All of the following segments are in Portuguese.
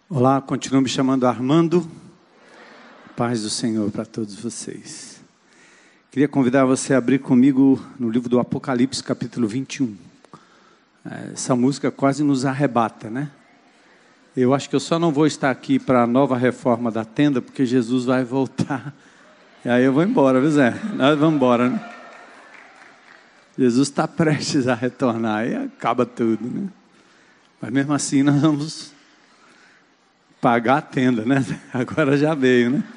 Olá, continuo me chamando Armando. Paz do Senhor para todos vocês. Queria convidar você a abrir comigo no livro do Apocalipse, capítulo 21. Essa música quase nos arrebata, né? Eu acho que eu só não vou estar aqui para a nova reforma da tenda, porque Jesus vai voltar. E aí eu vou embora, viu, Zé? Nós vamos embora, né? Jesus está prestes a retornar, aí acaba tudo, né? Mas mesmo assim nós vamos pagar a tenda, né? Agora já veio, né?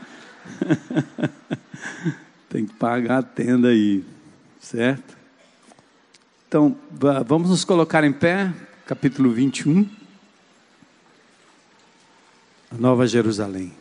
Tem que pagar a tenda aí, certo? Então, vamos nos colocar em pé, capítulo 21, a Nova Jerusalém.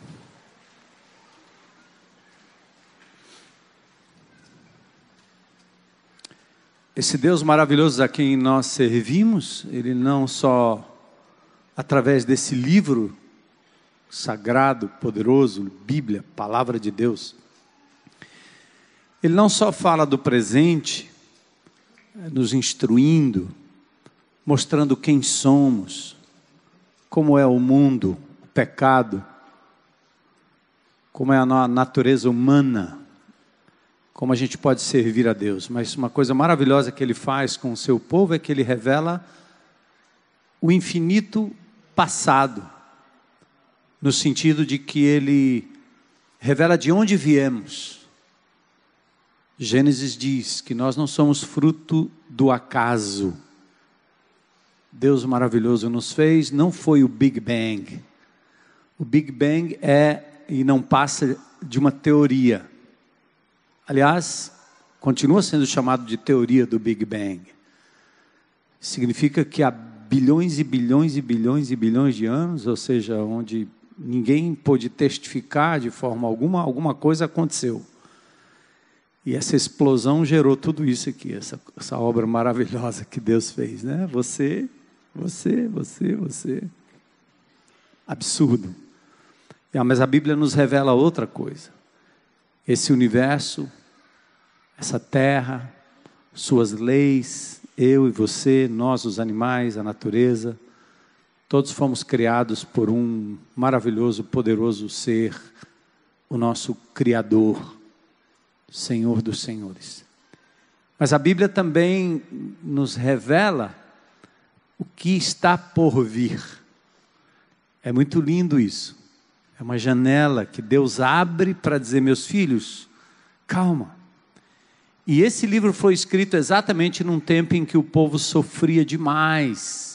Esse Deus maravilhoso a quem nós servimos, Ele não só, através desse livro sagrado, poderoso, Bíblia, Palavra de Deus, Ele não só fala do presente, nos instruindo, mostrando quem somos, como é o mundo, o pecado, como é a natureza humana, como a gente pode servir a Deus. Mas uma coisa maravilhosa que Ele faz com o seu povo é que Ele revela o infinito passado, no sentido de que Ele revela de onde viemos. Gênesis diz que nós não somos fruto do acaso. Deus maravilhoso nos fez, não foi o Big Bang. O Big Bang é e não passa de uma teoria. Aliás, continua sendo chamado de teoria do Big Bang. Significa que há bilhões e bilhões e bilhões e bilhões de anos, ou seja, onde ninguém pôde testificar de forma alguma, alguma coisa aconteceu. E essa explosão gerou tudo isso aqui, essa obra maravilhosa que Deus fez, né? Você. Absurdo. Mas a Bíblia nos revela outra coisa. Esse universo, essa terra, suas leis, eu e você, nós os animais, a natureza, todos fomos criados por um maravilhoso, poderoso ser, o nosso Criador, Senhor dos Senhores. Mas a Bíblia também nos revela o que está por vir. É muito lindo isso. É uma janela que Deus abre para dizer, meus filhos, calma. E esse livro foi escrito exatamente num tempo em que o povo sofria demais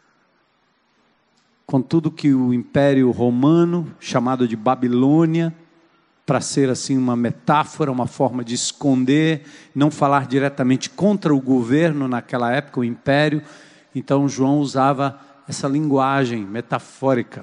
com tudo que o Império Romano, chamado de Babilônia, para ser assim uma metáfora, uma forma de esconder, não falar diretamente contra o governo naquela época, o Império. Então João usava essa linguagem metafórica.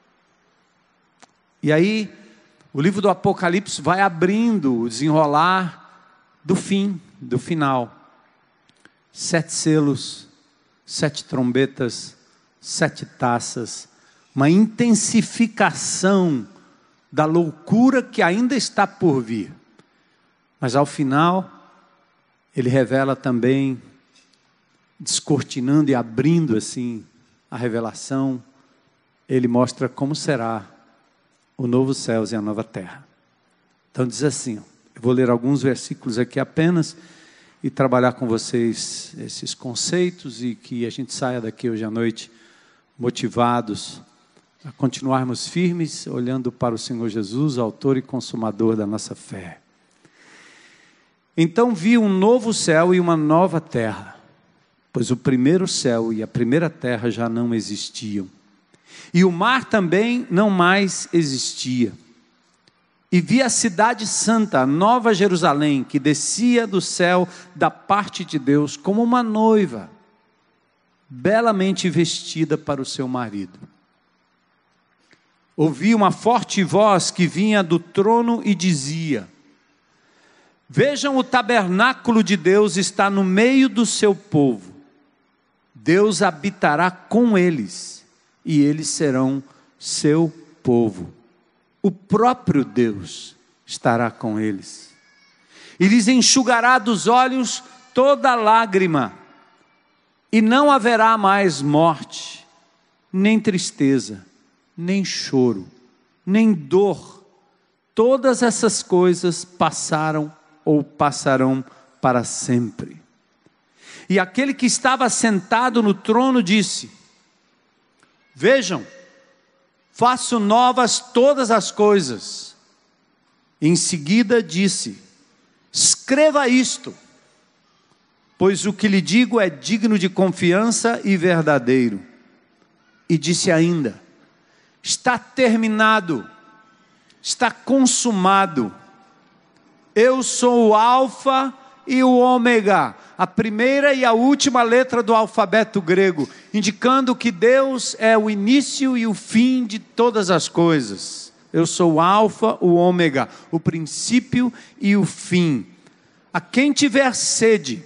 E aí, o livro do Apocalipse vai abrindo o desenrolar do fim, do final. 7 selos, 7 trombetas, 7 taças, uma intensificação da loucura que ainda está por vir. Mas ao final, ele revela também, descortinando e abrindo assim a revelação, ele mostra como será o novo céu e a nova terra. Então diz assim, eu vou ler alguns versículos aqui apenas e trabalhar com vocês esses conceitos e que a gente saia daqui hoje à noite motivados a continuarmos firmes, olhando para o Senhor Jesus, autor e consumador da nossa fé. Então vi um novo céu e uma nova terra, pois o primeiro céu e a primeira terra já não existiam, e o mar também não mais existia. E vi a cidade santa, a nova Jerusalém, que descia do céu da parte de Deus, como uma noiva, belamente vestida para o seu marido. Ouvi uma forte voz que vinha do trono e dizia, vejam, o tabernáculo de Deus está no meio do seu povo. Deus habitará com eles, e eles serão seu povo. O próprio Deus estará com eles. E lhes enxugará dos olhos toda lágrima, e não haverá mais morte, nem tristeza, nem choro, nem dor. Todas essas coisas passaram ou passarão para sempre. E aquele que estava sentado no trono disse: vejam, faço novas todas as coisas. Em seguida disse: escreva isto, pois o que lhe digo é digno de confiança e verdadeiro. E disse ainda: está terminado, está consumado. Eu sou o Alfa e o Ômega, a primeira e a última letra do alfabeto grego, indicando que Deus é o início e o fim de todas as coisas. Eu sou o Alfa, o Ômega, o princípio e o fim. A quem tiver sede,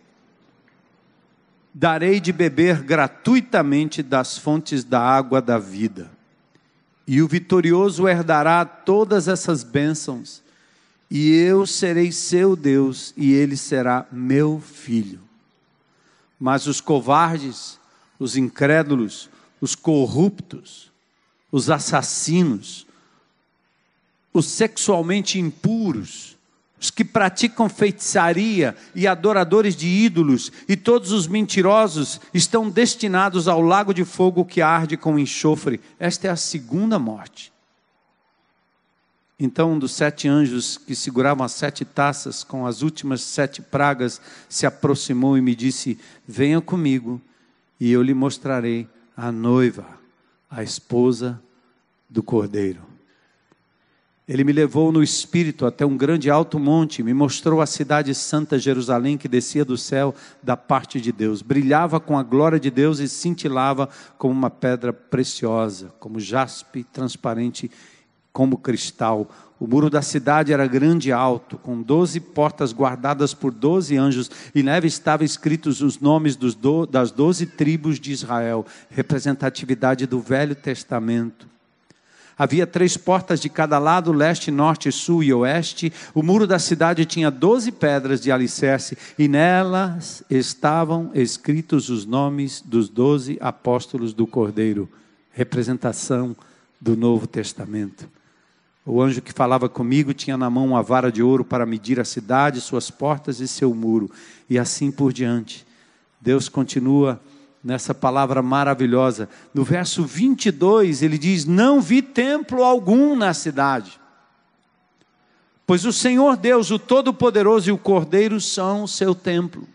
darei de beber gratuitamente das fontes da água da vida. E o vitorioso herdará todas essas bênçãos, e eu serei seu Deus, e ele será meu filho. Mas os covardes, os incrédulos, os corruptos, os assassinos, os sexualmente impuros, os que praticam feitiçaria e adoradores de ídolos, e todos os mentirosos, estão destinados ao lago de fogo que arde com enxofre. Esta é a segunda morte. Então um dos 7 anjos que seguravam as 7 taças com as últimas 7 pragas se aproximou e me disse: venha comigo e eu lhe mostrarei a noiva, a esposa do Cordeiro. Ele me levou no espírito até um grande alto monte, me mostrou a cidade santa Jerusalém que descia do céu da parte de Deus. Brilhava com a glória de Deus e cintilava como uma pedra preciosa, como jaspe transparente, como cristal. O muro da cidade era grande e alto, com 12 portas guardadas por 12 anjos, e neve estavam escritos os nomes das 12 tribos de Israel, representatividade do Velho Testamento. Havia 3 portas de cada lado, leste, norte, sul e oeste. O muro da cidade tinha 12 pedras de alicerce, e nelas estavam escritos os nomes dos 12 apóstolos do Cordeiro, representação do Novo Testamento. O anjo que falava comigo tinha na mão uma vara de ouro para medir a cidade, suas portas e seu muro, e assim por diante. Deus continua nessa palavra maravilhosa. No verso 22 ele diz: não vi templo algum na cidade, pois o Senhor Deus, o Todo-Poderoso e o Cordeiro são o seu templo.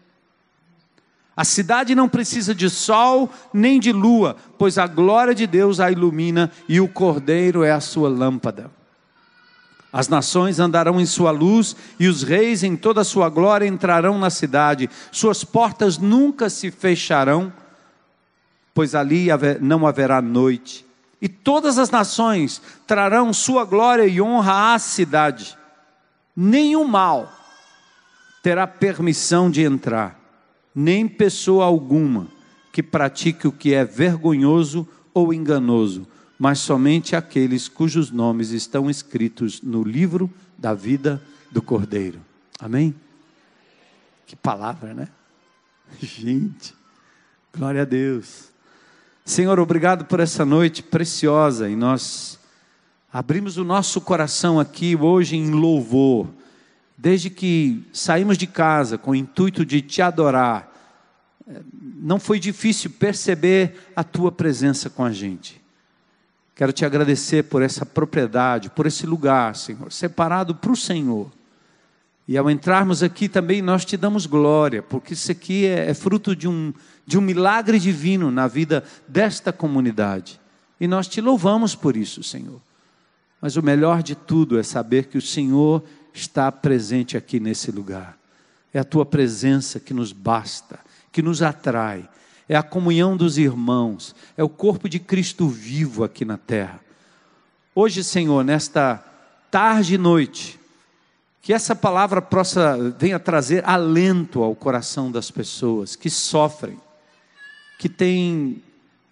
A cidade não precisa de sol nem de lua, pois a glória de Deus a ilumina e o Cordeiro é a sua lâmpada. As nações andarão em sua luz, e os reis em toda a sua glória entrarão na cidade. Suas portas nunca se fecharão, pois ali não haverá noite. E todas as nações trarão sua glória e honra à cidade. Nenhum mal terá permissão de entrar, nem pessoa alguma que pratique o que é vergonhoso ou enganoso, mas somente aqueles cujos nomes estão escritos no livro da vida do Cordeiro. Amém? Que palavra, né? Gente, glória a Deus. Senhor, obrigado por essa noite preciosa, e nós abrimos o nosso coração aqui hoje em louvor. Desde que saímos de casa com o intuito de te adorar, não foi difícil perceber a tua presença com a gente. Quero te agradecer por essa propriedade, por esse lugar, Senhor, separado para o Senhor. E ao entrarmos aqui também nós te damos glória, porque isso aqui é fruto de um milagre divino na vida desta comunidade. E nós te louvamos por isso, Senhor. Mas o melhor de tudo é saber que o Senhor está presente aqui nesse lugar. É a tua presença que nos basta, que nos atrai. É a comunhão dos irmãos, é o corpo de Cristo vivo aqui na terra. Hoje, Senhor, nesta tarde e noite, que essa palavra venha trazer alento ao coração das pessoas que sofrem, que têm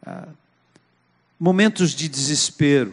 momentos de desespero,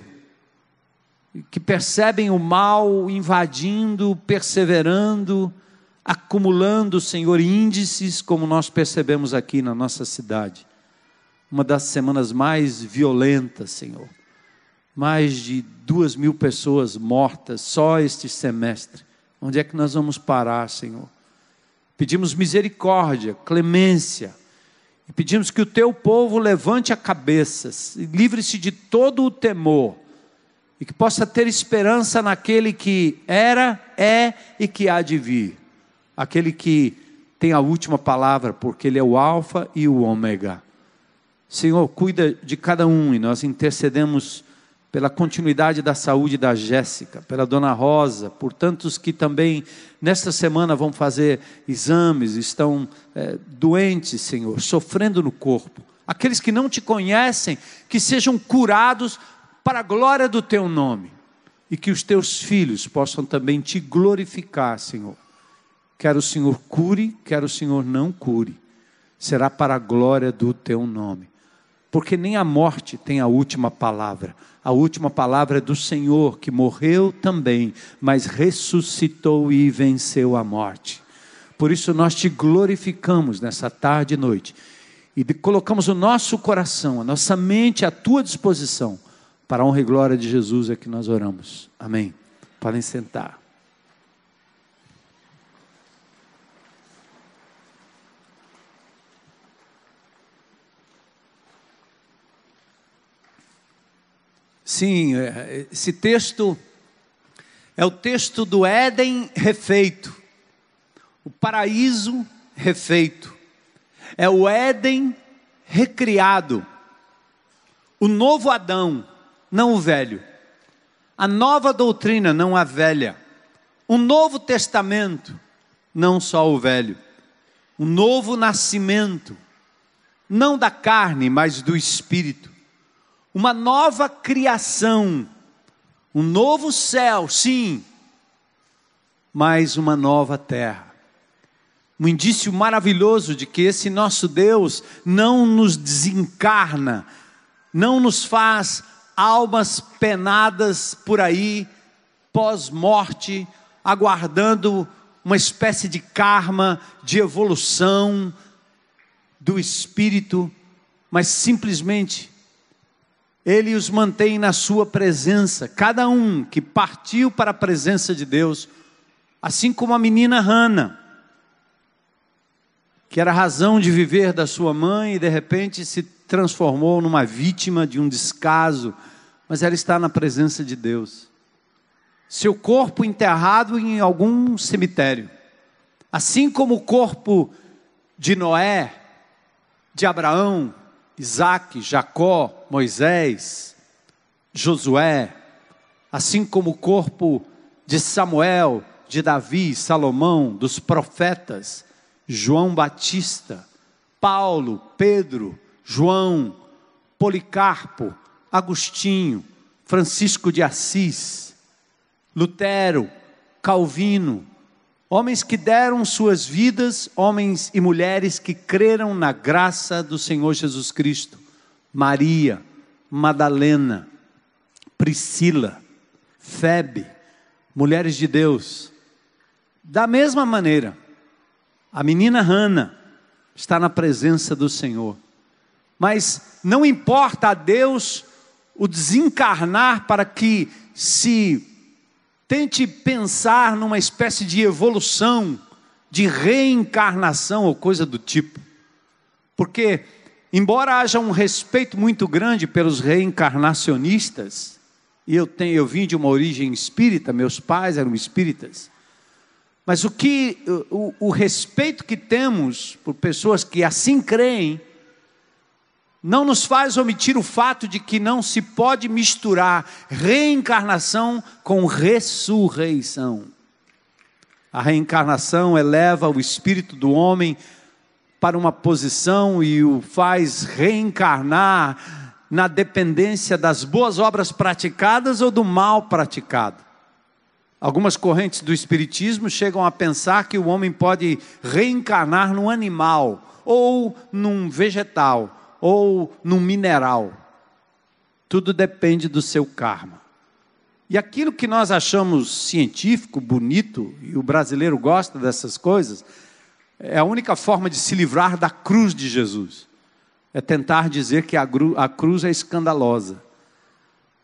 que percebem o mal invadindo, perseverando, acumulando, Senhor, índices, como nós percebemos aqui na nossa cidade. Uma das semanas mais violentas, Senhor. mais de 2.000 pessoas mortas só este semestre. Onde é que nós vamos parar, Senhor? Pedimos misericórdia, clemência, e pedimos que o teu povo levante a cabeça, livre-se de todo o temor, e que possa ter esperança naquele que era, é e que há de vir, aquele que tem a última palavra, porque Ele é o Alfa e o Ômega. Senhor, cuida de cada um, e nós intercedemos pela continuidade da saúde da Jéssica, pela Dona Rosa, por tantos que também nesta semana vão fazer exames, estão doentes, Senhor, sofrendo no corpo. Aqueles que não te conhecem, que sejam curados para a glória do teu nome, e que os teus filhos possam também te glorificar, Senhor. Quer o Senhor cure, quer o Senhor não cure, será para a glória do teu nome, porque nem a morte tem a última palavra. A última palavra é do Senhor, que morreu também, mas ressuscitou e venceu a morte. Por isso nós te glorificamos nessa tarde e noite, e colocamos o nosso coração, a nossa mente à tua disposição, para a honra e glória de Jesus é que nós oramos. Amém. Podem sentar. Sim, esse texto é o texto do Éden refeito, o paraíso refeito, é o Éden recriado, o novo Adão, não o velho, a nova doutrina, não a velha, um novo testamento, não só o velho, um novo nascimento, não da carne, mas do Espírito. Uma nova criação, um novo céu, sim, mas uma nova terra. Um indício maravilhoso de que esse nosso Deus não nos desencarna, não nos faz almas penadas por aí, pós-morte, aguardando uma espécie de karma, de evolução do espírito, mas simplesmente Ele os mantém na sua presença, cada um que partiu para a presença de Deus, assim como a menina Hana, que era a razão de viver da sua mãe e de repente se transformou numa vítima de um descaso, mas ela está na presença de Deus. Seu corpo enterrado em algum cemitério, assim como o corpo de Noé, de Abraão, Isaac, Jacó, Moisés, Josué, assim como o corpo de Samuel, de Davi, Salomão, dos profetas, João Batista, Paulo, Pedro, João, Policarpo, Agostinho, Francisco de Assis, Lutero, Calvino, homens que deram suas vidas, homens e mulheres que creram na graça do Senhor Jesus Cristo, Maria, Madalena, Priscila, Febe, mulheres de Deus. Da mesma maneira, a menina Hana está na presença do Senhor, mas não importa a Deus o desencarnar para que se tente pensar numa espécie de evolução, de reencarnação ou coisa do tipo. Porque, embora haja um respeito muito grande pelos reencarnacionistas, e eu vim de uma origem espírita, meus pais eram espíritas, mas o respeito que temos por pessoas que assim creem, não nos faz omitir o fato de que não se pode misturar reencarnação com ressurreição. A reencarnação eleva o espírito do homem para uma posição e o faz reencarnar na dependência das boas obras praticadas ou do mal praticado. Algumas correntes do espiritismo chegam a pensar que o homem pode reencarnar num animal, ou num vegetal, ou num mineral. Tudo depende do seu karma. E aquilo que nós achamos científico, bonito, e o brasileiro gosta dessas coisas, é a única forma de se livrar da cruz de Jesus. É tentar dizer que a cruz é escandalosa.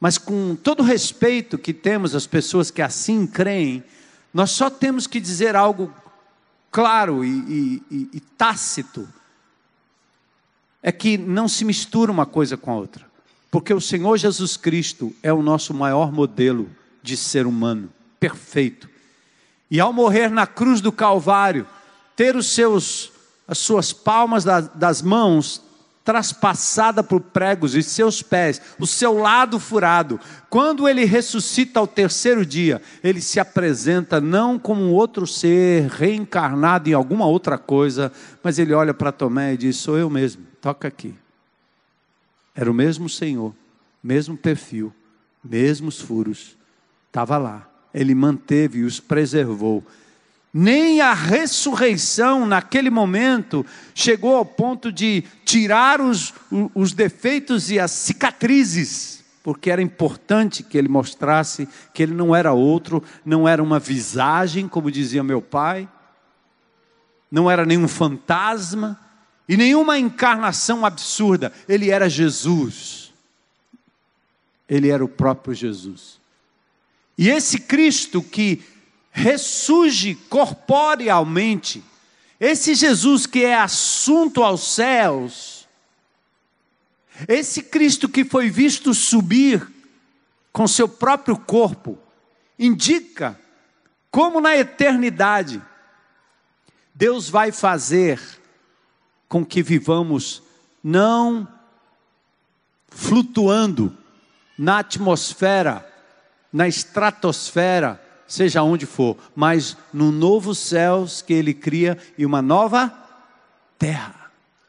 Mas com todo o respeito que temos às pessoas que assim creem, nós só temos que dizer algo claro e tácito. É que não se mistura uma coisa com a outra. Porque o Senhor Jesus Cristo é o nosso maior modelo de ser humano, perfeito. E ao morrer na cruz do Calvário, ter as suas palmas das mãos traspassada por pregos e seus pés, o seu lado furado. Quando ele ressuscita ao terceiro dia, ele se apresenta não como um outro ser reencarnado em alguma outra coisa, mas ele olha para Tomé e diz: sou eu mesmo, toca aqui. Era o mesmo Senhor, mesmo perfil, mesmos furos, estava lá. Ele manteve e os preservou. Nem a ressurreição naquele momento chegou ao ponto de tirar os defeitos e as cicatrizes, porque era importante que ele mostrasse que ele não era outro, não era uma visagem, como dizia meu pai, não era nenhum fantasma e nenhuma encarnação absurda. Ele era Jesus, ele era o próprio Jesus. E esse Cristo que ressurge corporealmente, esse Jesus que é assunto aos céus, esse Cristo que foi visto subir com seu próprio corpo, indica como na eternidade Deus vai fazer com que vivamos não flutuando na atmosfera, na estratosfera, seja onde for, mas no novo céus que ele cria e uma nova terra.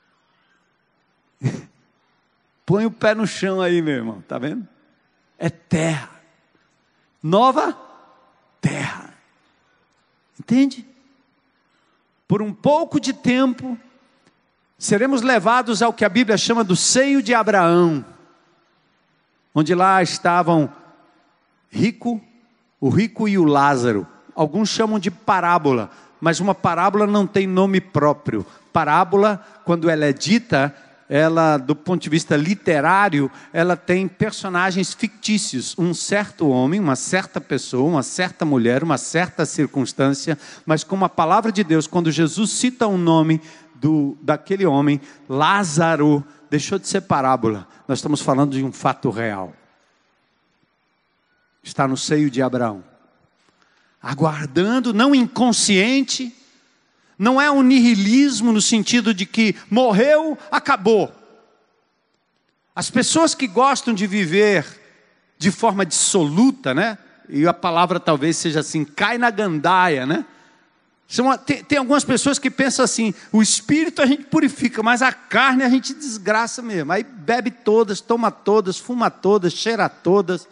Põe o pé no chão aí, meu irmão, tá vendo? É terra, nova terra, entende? Por um pouco de tempo, seremos levados ao que a Bíblia chama do seio de Abraão, onde lá estavam o rico e o Lázaro. Alguns chamam de parábola, mas uma parábola não tem nome próprio. Parábola, quando ela é dita, ela, do ponto de vista literário, ela tem personagens fictícios. Um certo homem, uma certa pessoa, uma certa mulher, uma certa circunstância, mas como a palavra de Deus, quando Jesus cita o nome daquele homem, Lázaro, deixou de ser parábola. Nós estamos falando de um fato real. Está no seio de Abraão, aguardando, não inconsciente, não é um nihilismo no sentido de que morreu, acabou. As pessoas que gostam de viver de forma dissoluta, né? E a palavra talvez seja assim, cai na gandaia, né? Tem algumas pessoas que pensam assim, o espírito a gente purifica, mas a carne a gente desgraça mesmo. Aí bebe todas, toma todas, fuma todas, cheira todas,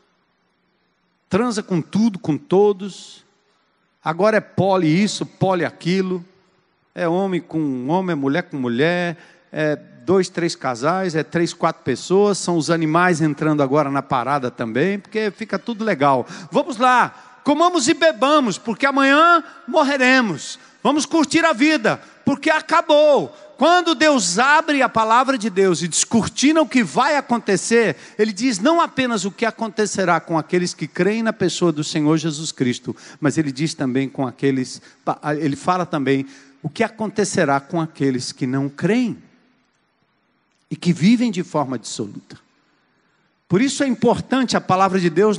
transa com tudo, com todos. Agora é poli isso, poli aquilo. É homem com homem, é mulher com mulher. É 2, 3 casais, é 3, 4 pessoas. São os animais entrando agora na parada também, porque fica tudo legal. Vamos lá, comamos e bebamos, porque amanhã morreremos. Vamos curtir a vida, porque acabou. Quando Deus abre a palavra de Deus e descortina o que vai acontecer, Ele diz não apenas o que acontecerá com aqueles que creem na pessoa do Senhor Jesus Cristo, mas Ele diz também com aqueles, Ele fala também o que acontecerá com aqueles que não creem e que vivem de forma dissoluta. Por isso é importante a palavra de Deus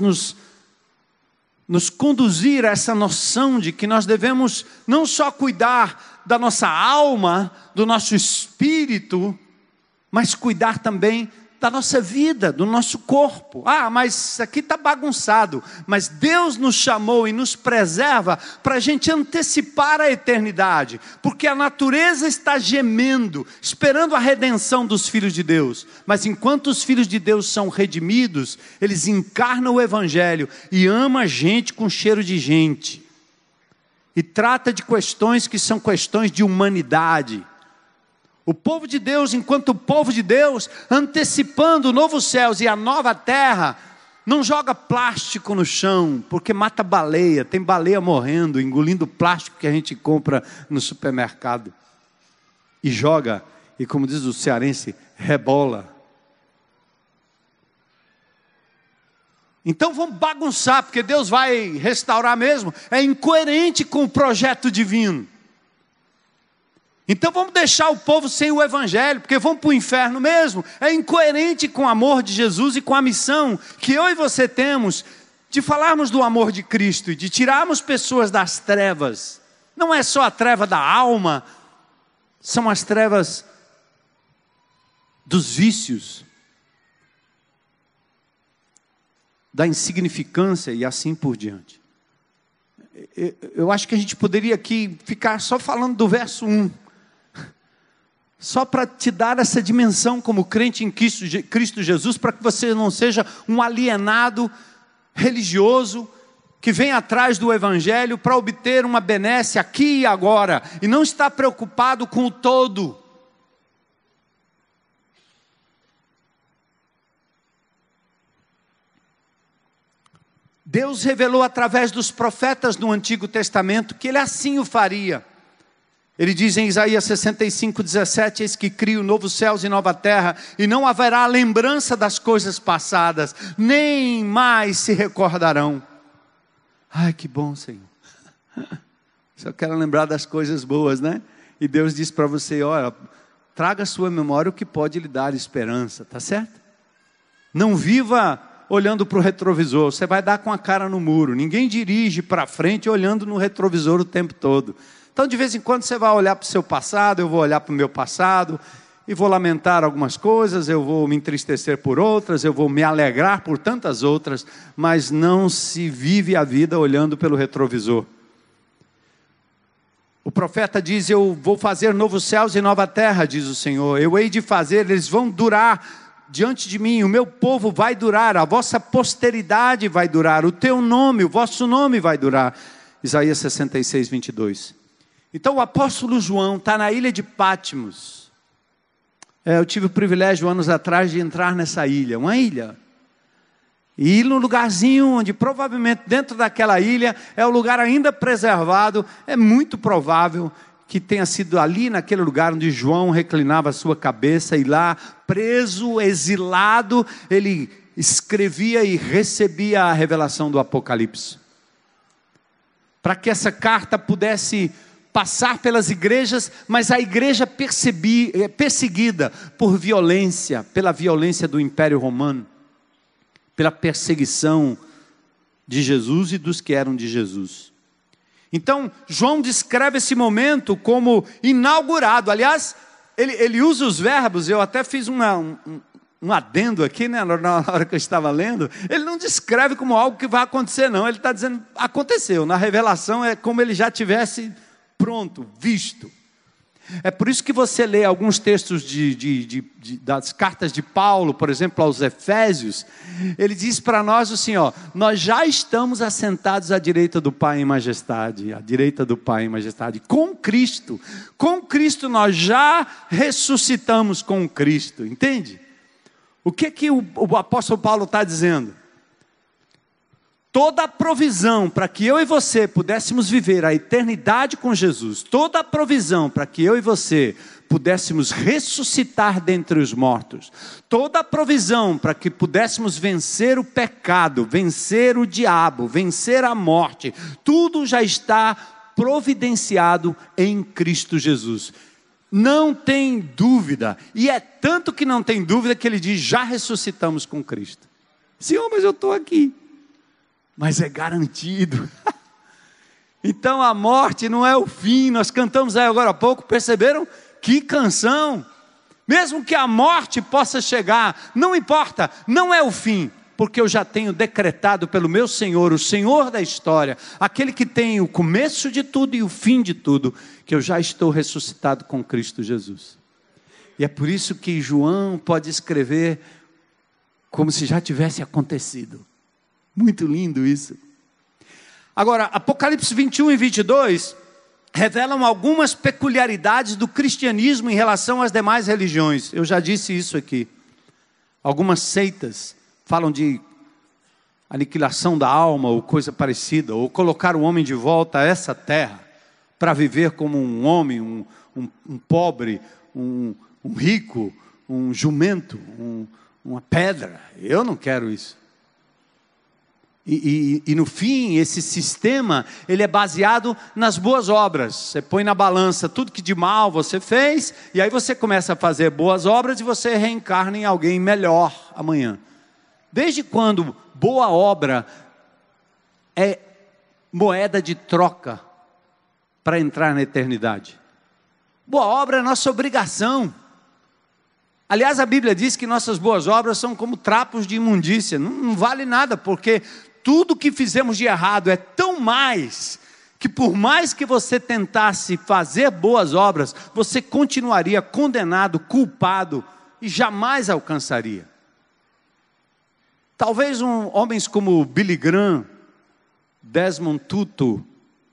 nos conduzir a essa noção de que nós devemos não só cuidar da nossa alma, do nosso espírito, mas cuidar também da nossa vida, do nosso corpo. Ah, mas isso aqui está bagunçado. Mas Deus nos chamou e nos preserva para a gente antecipar a eternidade, porque a natureza está gemendo, esperando a redenção dos filhos de Deus. Mas enquanto os filhos de Deus são redimidos, eles encarnam o Evangelho e amam a gente com cheiro de gente. E trata de questões que são questões de humanidade. O povo de Deus, enquanto o povo de Deus, antecipando o novo céus e a nova terra, não joga plástico no chão, porque mata baleia. Tem baleia morrendo, engolindo plástico que a gente compra no supermercado. E joga, e como diz o cearense, rebola. Então vamos bagunçar, porque Deus vai restaurar mesmo. É incoerente com o projeto divino. Então vamos deixar o povo sem o evangelho, porque vão para o inferno mesmo. É incoerente com o amor de Jesus e com a missão que eu e você temos de falarmos do amor de Cristo e de tirarmos pessoas das trevas. Não é só a treva da alma, são as trevas dos vícios, da insignificância e assim por diante. Eu acho que a gente poderia aqui ficar só falando do verso 1. Só para te dar essa dimensão como crente em Cristo Jesus, para que você não seja um alienado religioso, que vem atrás do evangelho para obter uma benesse aqui e agora, e não está preocupado com o todo. Deus revelou através dos profetas no Antigo Testamento que Ele assim o faria. Ele diz em Isaías 65:17, eis que crio novos céus e nova terra, e não haverá lembrança das coisas passadas, nem mais se recordarão. Ai, que bom, Senhor. Só quero lembrar das coisas boas, né? E Deus diz para você, olha, traga à sua memória o que pode lhe dar esperança, tá certo? Não viva olhando para o retrovisor, você vai dar com a cara no muro. Ninguém dirige para frente olhando no retrovisor o tempo todo. Então de vez em quando você vai olhar para o seu passado, eu vou olhar para o meu passado, e vou lamentar algumas coisas, eu vou me entristecer por outras, eu vou me alegrar por tantas outras, mas não se vive a vida olhando pelo retrovisor. O profeta diz, eu vou fazer novos céus e nova terra, diz o Senhor, eu hei de fazer, eles vão durar diante de mim, o meu povo vai durar, a vossa posteridade vai durar, o teu nome, o vosso nome vai durar. Isaías 66:22. Então o apóstolo João está na ilha de Patmos. Eu tive o privilégio anos atrás de entrar nessa ilha, uma ilha. E ir num lugarzinho onde provavelmente dentro daquela ilha é o lugar ainda preservado. É muito provável que tenha sido ali naquele lugar onde João reclinava a sua cabeça e lá, preso, exilado, ele escrevia e recebia a revelação do Apocalipse. Para que essa carta pudesse passar pelas igrejas, mas a igreja perseguida por violência, pela violência do Império Romano, pela perseguição de Jesus e dos que eram de Jesus. Então, João descreve esse momento como inaugurado. Aliás, ele usa os verbos, eu até fiz um adendo aqui, né, na hora que eu estava lendo. Ele não descreve como algo que vai acontecer, não. Ele está dizendo, aconteceu. Na revelação é como ele já tivesse pronto, visto. É por isso que você lê alguns textos das cartas de Paulo, por exemplo, aos Efésios, ele diz para nós assim, ó, nós já estamos assentados à direita do Pai em majestade, com Cristo. Com Cristo nós já ressuscitamos com Cristo, entende? O que o apóstolo Paulo está dizendo? Toda a provisão para que eu e você pudéssemos viver a eternidade com Jesus, toda a provisão para que eu e você pudéssemos ressuscitar dentre os mortos, toda a provisão para que pudéssemos vencer o pecado, vencer o diabo, vencer a morte, tudo já está providenciado em Cristo Jesus. Não tem dúvida, e é tanto que não tem dúvida que ele diz, já ressuscitamos com Cristo. Senhor, mas eu estou aqui. Mas é garantido. Então a morte não é o fim. Nós cantamos aí agora há pouco, perceberam? Que canção! Mesmo que a morte possa chegar, não importa, não é o fim, porque eu já tenho decretado pelo meu Senhor, o Senhor da história, aquele que tem o começo de tudo e o fim de tudo, que eu já estou ressuscitado com Cristo Jesus. E é por isso que João pode escrever como se já tivesse acontecido. Muito lindo isso. Agora, Apocalipse 21 e 22 revelam algumas peculiaridades do cristianismo em relação às demais religiões. Eu já disse isso aqui. Algumas seitas falam de aniquilação da alma ou coisa parecida, ou colocar o homem de volta a essa terra para viver como um homem, um pobre, um rico, um jumento, uma pedra. Eu não quero isso. E no fim, esse sistema, ele é baseado nas boas obras. Você põe na balança tudo que de mal você fez, e aí você começa a fazer boas obras e você reencarna em alguém melhor amanhã. Desde quando boa obra é moeda de troca para entrar na eternidade? Boa obra é nossa obrigação. Aliás, a Bíblia diz que nossas boas obras são como trapos de imundícia. Não vale nada, porque tudo que fizemos de errado é tão mais, que por mais que você tentasse fazer boas obras, você continuaria condenado, culpado, e jamais alcançaria. Talvez homens como Billy Graham, Desmond Tutu,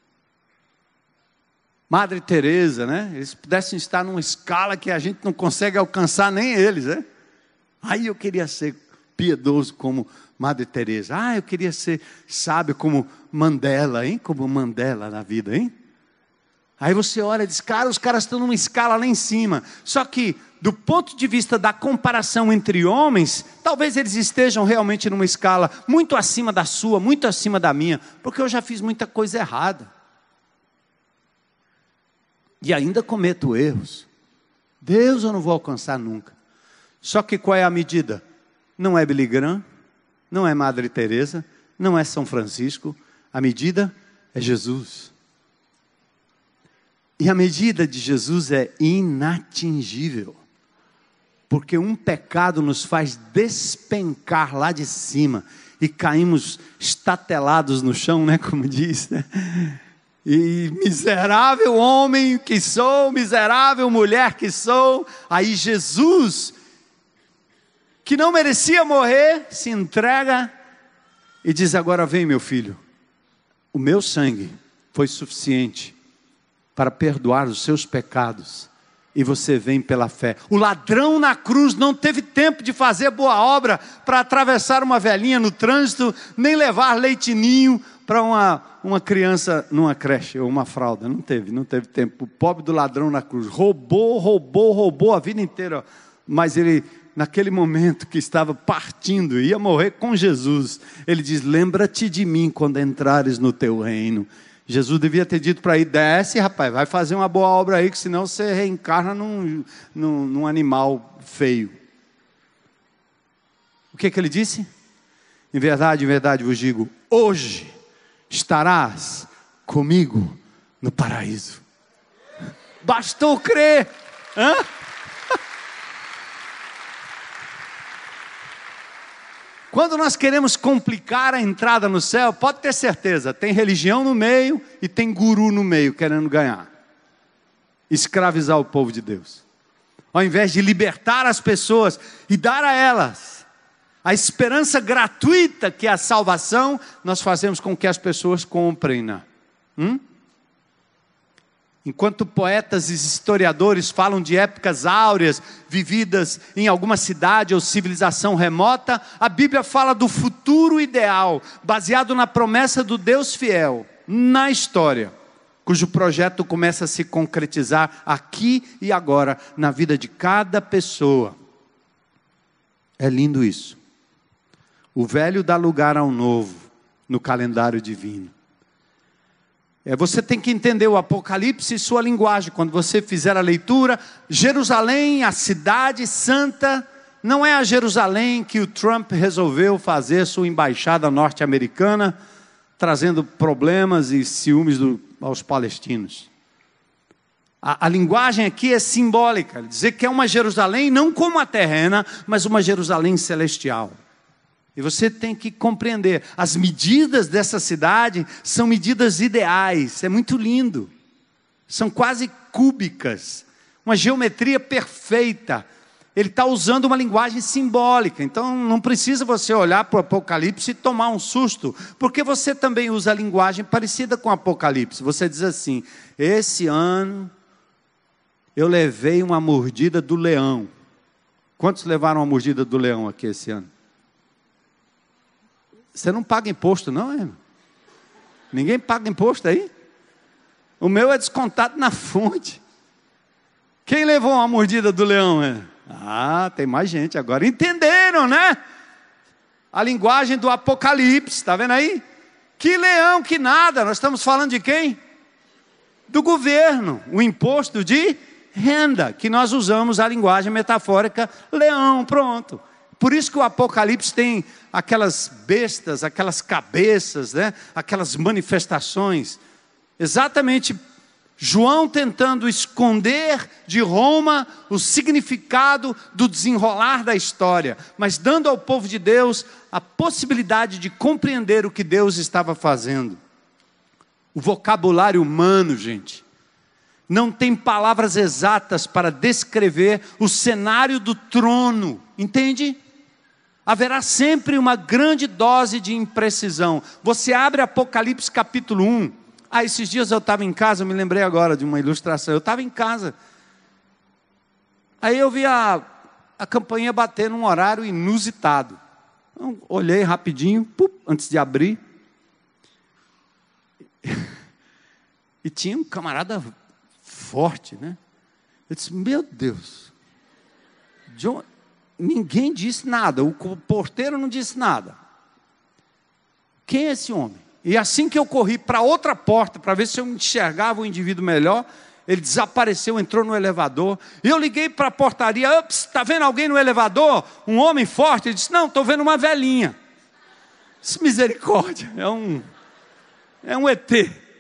Madre Teresa, né? Eles pudessem estar numa escala que a gente não consegue alcançar nem eles, né? Aí eu queria ser piedoso como Madre Teresa. Eu queria ser sábio como Mandela, hein? Como Mandela na vida, hein? Aí você olha e diz, cara, os caras estão numa escala lá em cima. Só que, do ponto de vista da comparação entre homens, talvez eles estejam realmente numa escala muito acima da sua, muito acima da minha, porque eu já fiz muita coisa errada. E ainda cometo erros. Deus eu não vou alcançar nunca. Só que qual é a medida? Não é Billy Graham, não é Madre Teresa, não é São Francisco. A medida é Jesus. E a medida de Jesus é inatingível. Porque um pecado nos faz despencar lá de cima. E caímos estatelados no chão, né? Como diz, né? E miserável homem que sou, miserável mulher que sou. Aí Jesus, que não merecia morrer, se entrega e diz, agora vem meu filho. O meu sangue foi suficiente para perdoar os seus pecados. E você vem pela fé. O ladrão na cruz não teve tempo de fazer boa obra para atravessar uma velhinha no trânsito, nem levar leitinho para uma criança numa creche ou uma fralda. Não teve tempo. O pobre do ladrão na cruz roubou a vida inteira. Mas ele, naquele momento que estava partindo, ia morrer com Jesus, ele diz, lembra-te de mim quando entrares no teu reino. Jesus devia ter dito para ele, desce rapaz, vai fazer uma boa obra aí, que senão você reencarna num animal feio. O que ele disse? Em verdade vos digo, hoje estarás comigo no paraíso. Bastou crer. Quando nós queremos complicar a entrada no céu, pode ter certeza, tem religião no meio e tem guru no meio querendo ganhar. Escravizar o povo de Deus. Ao invés de libertar as pessoas e dar a elas a esperança gratuita que é a salvação, nós fazemos com que as pessoas comprem. Enquanto poetas e historiadores falam de épocas áureas vividas em alguma cidade ou civilização remota, a Bíblia fala do futuro ideal, baseado na promessa do Deus fiel, na história, cujo projeto começa a se concretizar aqui e agora, na vida de cada pessoa. É lindo isso. O velho dá lugar ao novo no calendário divino. Você tem que entender o Apocalipse e sua linguagem. Quando você fizer a leitura, Jerusalém, a cidade santa, não é a Jerusalém que o Trump resolveu fazer sua embaixada norte-americana, trazendo problemas e ciúmes aos palestinos. A linguagem aqui é simbólica, dizer que é uma Jerusalém não como a terrena, mas uma Jerusalém celestial. E você tem que compreender, as medidas dessa cidade são medidas ideais, é muito lindo. São quase cúbicas, uma geometria perfeita. Ele está usando uma linguagem simbólica, então não precisa você olhar para o Apocalipse e tomar um susto, porque você também usa a linguagem parecida com o Apocalipse. Você diz assim, esse ano eu levei uma mordida do leão. Quantos levaram uma mordida do leão aqui esse ano? Você não paga imposto não, irmão? Ninguém paga imposto aí? O meu é descontado na fonte. Quem levou uma mordida do leão? Tem mais gente agora. Entenderam, né? A linguagem do Apocalipse, está vendo aí? Que leão, que nada, nós estamos falando de quem? Do governo, o imposto de renda, que nós usamos a linguagem metafórica, leão, pronto. Por isso que o Apocalipse tem aquelas bestas, aquelas cabeças, né? Aquelas manifestações. Exatamente, João tentando esconder de Roma o significado do desenrolar da história, mas dando ao povo de Deus a possibilidade de compreender o que Deus estava fazendo. O vocabulário humano, gente, não tem palavras exatas para descrever o cenário do trono, entende? Haverá sempre uma grande dose de imprecisão. Você abre Apocalipse capítulo 1. Esses dias eu estava em casa, eu me lembrei agora de uma ilustração. Eu estava em casa. Aí eu vi a campainha bater num horário inusitado. Eu olhei rapidinho, antes de abrir. E tinha um camarada forte, né? Eu disse, meu Deus. Ninguém disse nada, o porteiro não disse nada. Quem é esse homem? E assim que eu corri para outra porta, para ver se eu enxergava o indivíduo melhor, ele desapareceu, entrou no elevador. E eu liguei para a portaria, está vendo alguém no elevador? Um homem forte? Ele disse, não, estou vendo uma velhinha. Isso, misericórdia, é um ET.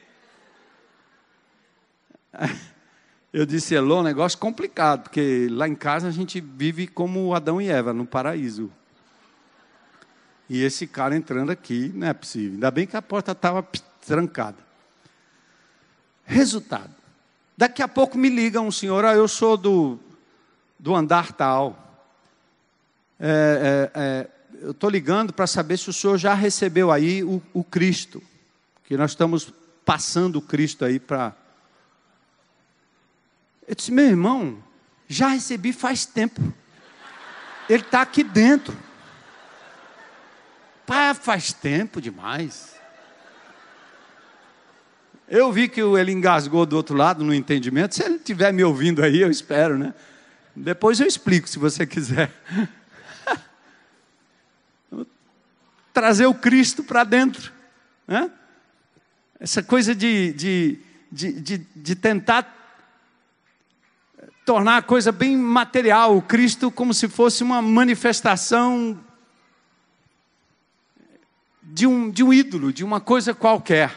Eu disse, um negócio complicado, porque lá em casa a gente vive como Adão e Eva, no paraíso. E esse cara entrando aqui, não é possível. Ainda bem que a porta estava trancada. Resultado. Daqui a pouco me liga um senhor, eu sou do andar tal. Eu estou ligando para saber se o senhor já recebeu aí o Cristo. Que nós estamos passando o Cristo aí para... Eu disse, meu irmão, já recebi faz tempo. Ele está aqui dentro. Faz tempo demais. Eu vi que ele engasgou do outro lado no entendimento. Se ele estiver me ouvindo aí, eu espero, né? Depois eu explico, se você quiser. Trazer o Cristo para dentro, né? Essa coisa de tentar tornar a coisa bem material, o Cristo como se fosse uma manifestação de um ídolo, de uma coisa qualquer.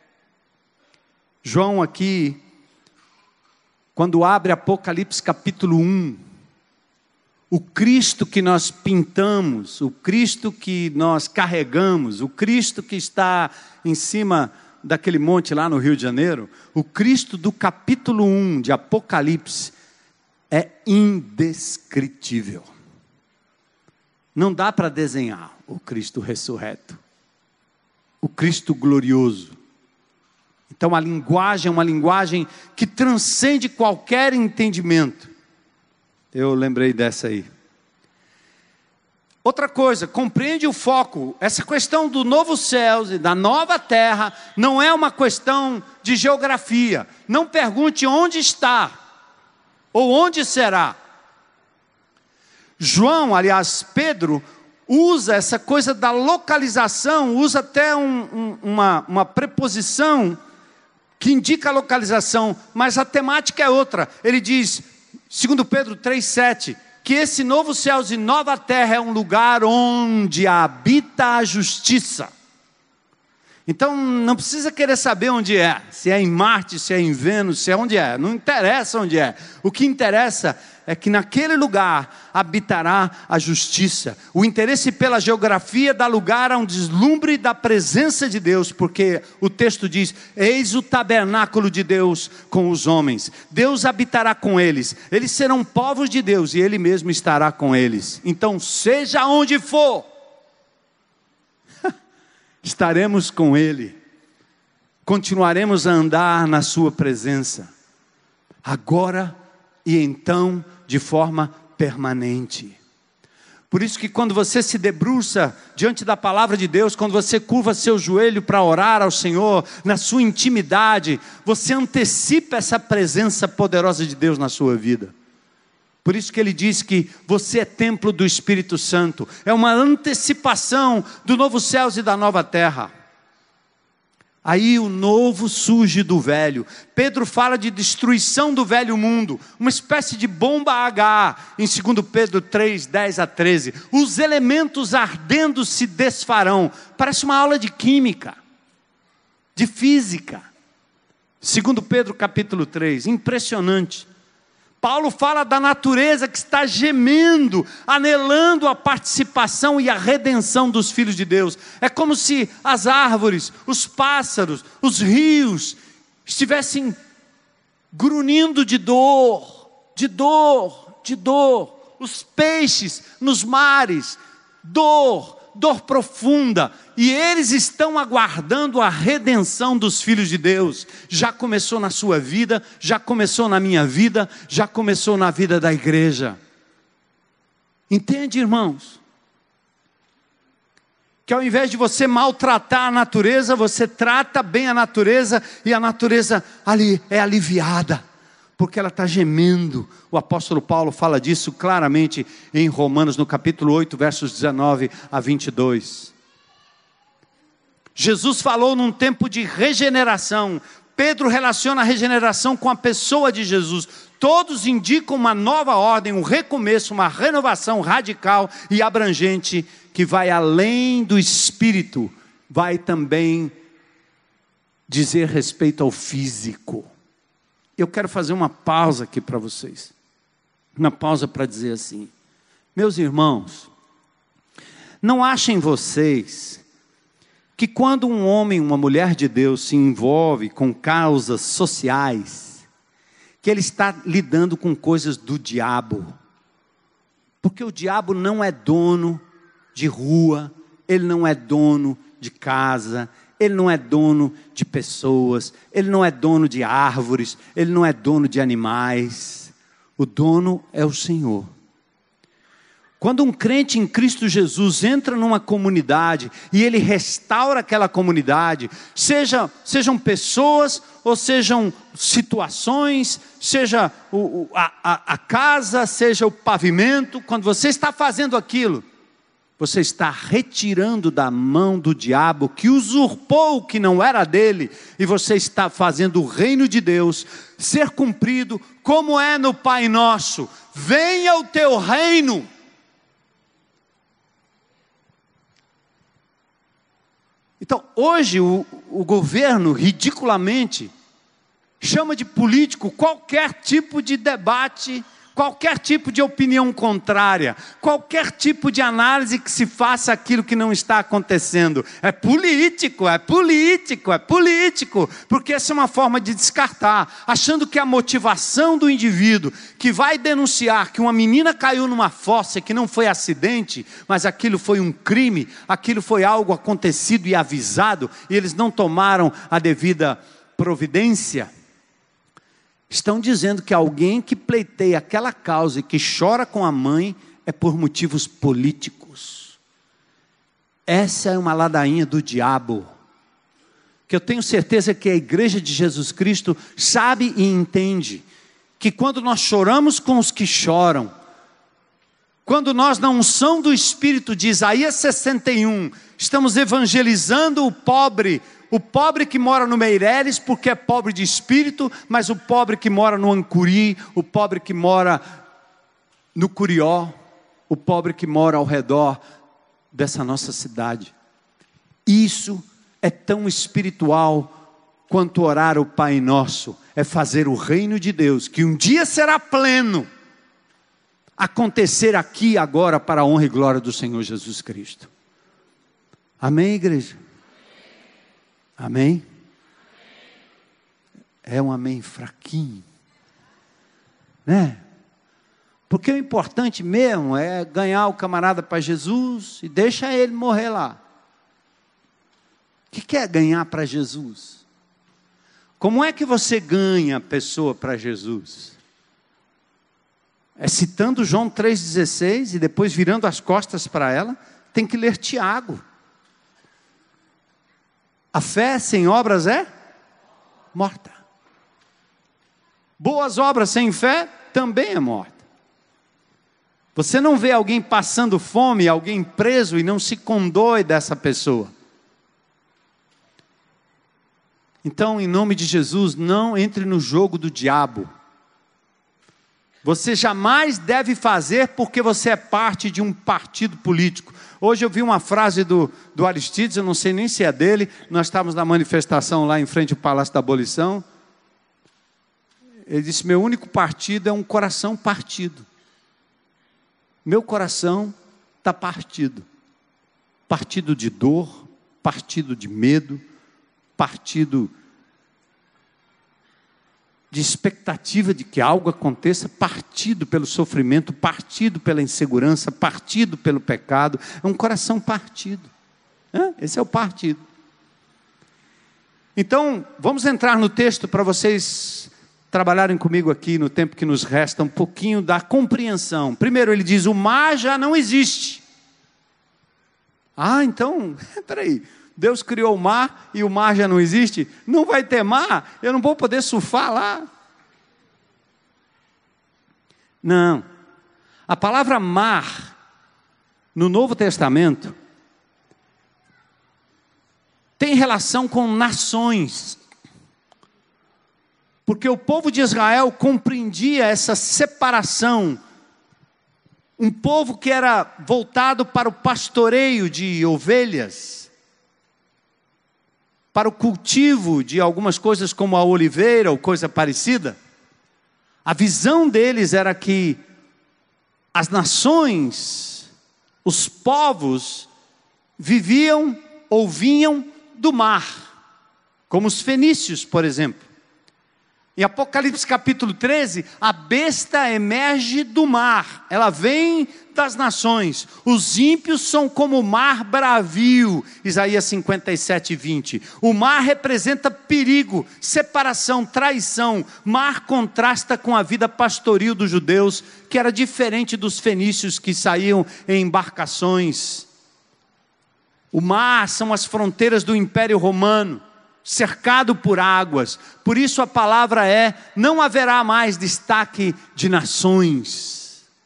João aqui, quando abre Apocalipse capítulo 1, o Cristo que nós pintamos, o Cristo que nós carregamos, o Cristo que está em cima daquele monte lá no Rio de Janeiro, o Cristo do capítulo 1 de Apocalipse é indescritível. Não dá para desenhar o Cristo ressurreto, o Cristo glorioso. Então a linguagem é uma linguagem que transcende qualquer entendimento. Eu lembrei dessa aí. Outra coisa, compreende o foco. Essa questão do novo céu e da nova terra não é uma questão de geografia. Não pergunte onde está ou onde será. João, aliás, Pedro, usa essa coisa da localização, usa até uma preposição que indica a localização, mas a temática é outra. Ele diz, 2 Pedro 3,7, que esse novo céu e nova terra é um lugar onde habita a justiça. Então não precisa querer saber onde é, se é em Marte, se é em Vênus, se é onde é, não interessa onde é. O que interessa é que naquele lugar habitará a justiça. O interesse pela geografia dá lugar a um deslumbre da presença de Deus, porque o texto diz, eis o tabernáculo de Deus com os homens. Deus habitará com eles, eles serão povos de Deus e Ele mesmo estará com eles. Então seja onde for, estaremos com Ele, continuaremos a andar na sua presença, agora e então de forma permanente. Por isso que quando você se debruça diante da palavra de Deus, quando você curva seu joelho para orar ao Senhor, na sua intimidade, você antecipa essa presença poderosa de Deus na sua vida. Por isso que ele diz que você é templo do Espírito Santo. É uma antecipação do novo céus e da nova terra. Aí o novo surge do velho. Pedro fala de destruição do velho mundo, uma espécie de bomba H, em 2 Pedro 3, 10 a 13. Os elementos ardendo se desfarão. Parece uma aula de química, de física. 2 Pedro capítulo 3, impressionante. Paulo fala da natureza que está gemendo, anelando a participação e a redenção dos filhos de Deus. É como se as árvores, os pássaros, os rios estivessem grunhindo de dor, de dor, de dor. Os peixes nos mares, dor profunda. E eles estão aguardando a redenção dos filhos de Deus. Já começou na sua vida, já começou na minha vida, já começou na vida da igreja. Entende, irmãos? Que ao invés de você maltratar a natureza, você trata bem a natureza, e a natureza ali é aliviada, porque ela está gemendo. O apóstolo Paulo fala disso claramente em Romanos, no capítulo 8, versos 19 a 22. Jesus falou num tempo de regeneração. Pedro relaciona a regeneração com a pessoa de Jesus. Todos indicam uma nova ordem, um recomeço, uma renovação radical e abrangente, que vai além do espírito, vai também dizer respeito ao físico. Eu quero fazer uma pausa aqui para vocês. Uma pausa para dizer assim: meus irmãos, não achem vocês que quando um homem, uma mulher de Deus se envolve com causas sociais, que ele está lidando com coisas do diabo. Porque o diabo não é dono de rua, ele não é dono de casa, ele não é dono de pessoas, ele não é dono de árvores, ele não é dono de animais. O dono é o Senhor. Quando um crente em Cristo Jesus entra numa comunidade e ele restaura aquela comunidade, sejam pessoas ou sejam situações, seja a casa, seja o pavimento, quando você está fazendo aquilo, você está retirando da mão do diabo que usurpou o que não era dele, e você está fazendo o reino de Deus ser cumprido, como é no Pai Nosso: venha o teu reino. Então, hoje o governo, ridiculamente, chama de político qualquer tipo de debate, qualquer tipo de opinião contrária, qualquer tipo de análise que se faça aquilo que não está acontecendo. É político, é político, é político, porque essa é uma forma de descartar, achando que a motivação do indivíduo que vai denunciar que uma menina caiu numa fossa, que não foi acidente, mas aquilo foi um crime, aquilo foi algo acontecido e avisado, e eles não tomaram a devida providência. Estão dizendo que alguém que pleiteia aquela causa e que chora com a mãe é por motivos políticos. Essa é uma ladainha do diabo, que eu tenho certeza que a igreja de Jesus Cristo sabe e entende, que quando nós choramos com os que choram, quando nós na unção do Espírito de Isaías 61, estamos evangelizando o pobre que mora no Meireles porque é pobre de espírito, mas o pobre que mora no Ancuri, o pobre que mora no Curió, o pobre que mora ao redor dessa nossa cidade. Isso é tão espiritual quanto orar o Pai Nosso, é fazer o reino de Deus, que um dia será pleno, acontecer aqui agora para a honra e glória do Senhor Jesus Cristo. Amém, igreja? Amém? É um amém fraquinho, né? Porque o importante mesmo é ganhar o camarada para Jesus e deixa ele morrer lá. O que é ganhar para Jesus? Como é que você ganha a pessoa para Jesus? É citando João 3,16 e depois virando as costas para ela. Tem que ler Tiago. A fé sem obras é morta. Boas obras sem fé também é morta. Você não vê alguém passando fome, alguém preso e não se condói dessa pessoa. Então, em nome de Jesus, não entre no jogo do diabo. Você jamais deve fazer porque você é parte de um partido político. Hoje eu vi uma frase do Aristides, eu não sei nem se é dele, nós estávamos na manifestação lá em frente ao Palácio da Abolição. Ele disse: meu único partido é um coração partido. Meu coração está partido. Partido de dor, partido de medo, partido de expectativa de que algo aconteça, partido pelo sofrimento, partido pela insegurança, partido pelo pecado. É um coração partido. Esse é o partido. Então, vamos entrar no texto para vocês trabalharem comigo aqui no tempo que nos resta, um pouquinho da compreensão. Primeiro ele diz: o mar já não existe. Então, peraí, Deus criou o mar e o mar já não existe? Não vai ter mar? Eu não vou poder surfar lá? Não. A palavra mar, no Novo Testamento, tem relação com nações. Porque o povo de Israel compreendia essa separação. Um povo que era voltado para o pastoreio de ovelhas, para o cultivo de algumas coisas como a oliveira ou coisa parecida. A visão deles era que as nações, os povos, viviam ou vinham do mar, como os fenícios, por exemplo. Em Apocalipse capítulo 13, a besta emerge do mar, ela vem das nações. Os ímpios são como o mar bravio, Isaías 57, 20. O mar representa perigo, separação, traição. Mar contrasta com a vida pastoril dos judeus, que era diferente dos fenícios que saíam em embarcações. O mar são as fronteiras do Império Romano, cercado por águas. Por isso a palavra é: não haverá mais destaque de nações.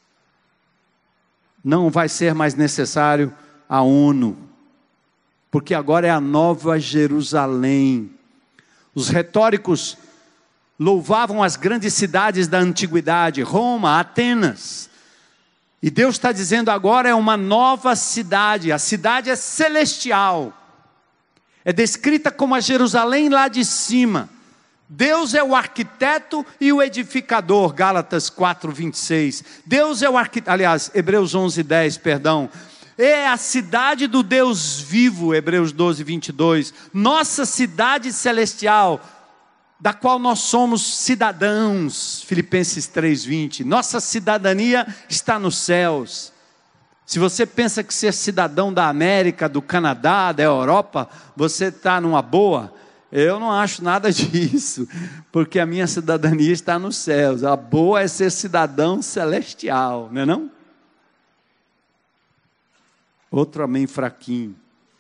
Não vai ser mais necessário a ONU, porque agora é a Nova Jerusalém. Os retóricos louvavam as grandes cidades da antiguidade, Roma, Atenas. E Deus está dizendo agora é uma nova cidade. A cidade é celestial. É descrita como a Jerusalém lá de cima. Deus é o arquiteto e o edificador, Gálatas 4, 26. Deus é o arquiteto, aliás, Hebreus 11, 10, perdão. É a cidade do Deus vivo, Hebreus 12, 22. Nossa cidade celestial, da qual nós somos cidadãos, Filipenses 3, 20. Nossa cidadania está nos céus. Se você pensa que ser cidadão da América, do Canadá, da Europa, você está numa boa, eu não acho nada disso, porque a minha cidadania está nos céus. A boa é ser cidadão celestial, não é não? Outro amém fraquinho.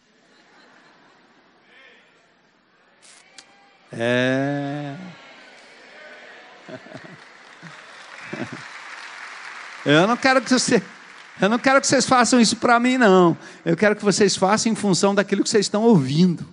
Eu não quero que vocês façam isso para mim, não. Eu quero que vocês façam em função daquilo que vocês estão ouvindo.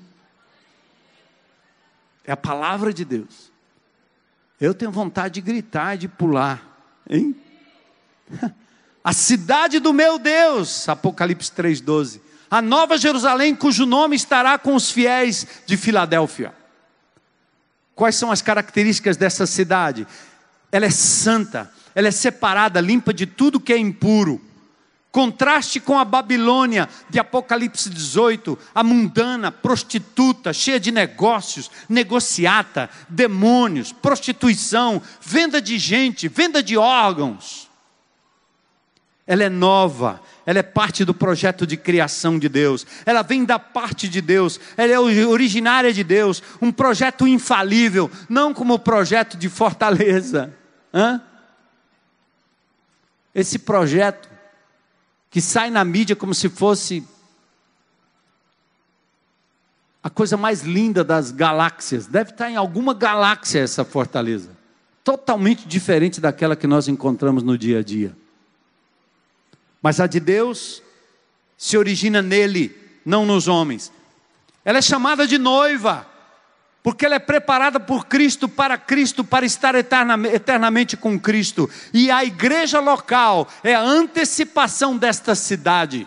É a palavra de Deus. Eu tenho vontade de gritar, de pular, hein? A cidade do meu Deus, Apocalipse 3,12. A nova Jerusalém, cujo nome estará com os fiéis de Filadélfia. Quais são as características dessa cidade? Ela é santa, ela é separada, limpa de tudo que é impuro. Contraste com a Babilônia de Apocalipse 18, a mundana, prostituta, cheia de negócios, negociata, demônios, prostituição, venda de gente, venda de órgãos. Ela é nova, ela é parte do projeto de criação de Deus, ela vem da parte de Deus, ela é originária de Deus, um projeto infalível, não como o projeto de Fortaleza. Esse projeto que sai na mídia como se fosse a coisa mais linda das galáxias. Deve estar em alguma galáxia essa fortaleza. Totalmente diferente daquela que nós encontramos no dia a dia. Mas a de Deus se origina nele, não nos homens. Ela é chamada de noiva, porque ela é preparada por Cristo, para estar eternamente com Cristo. E a igreja local é a antecipação desta cidade.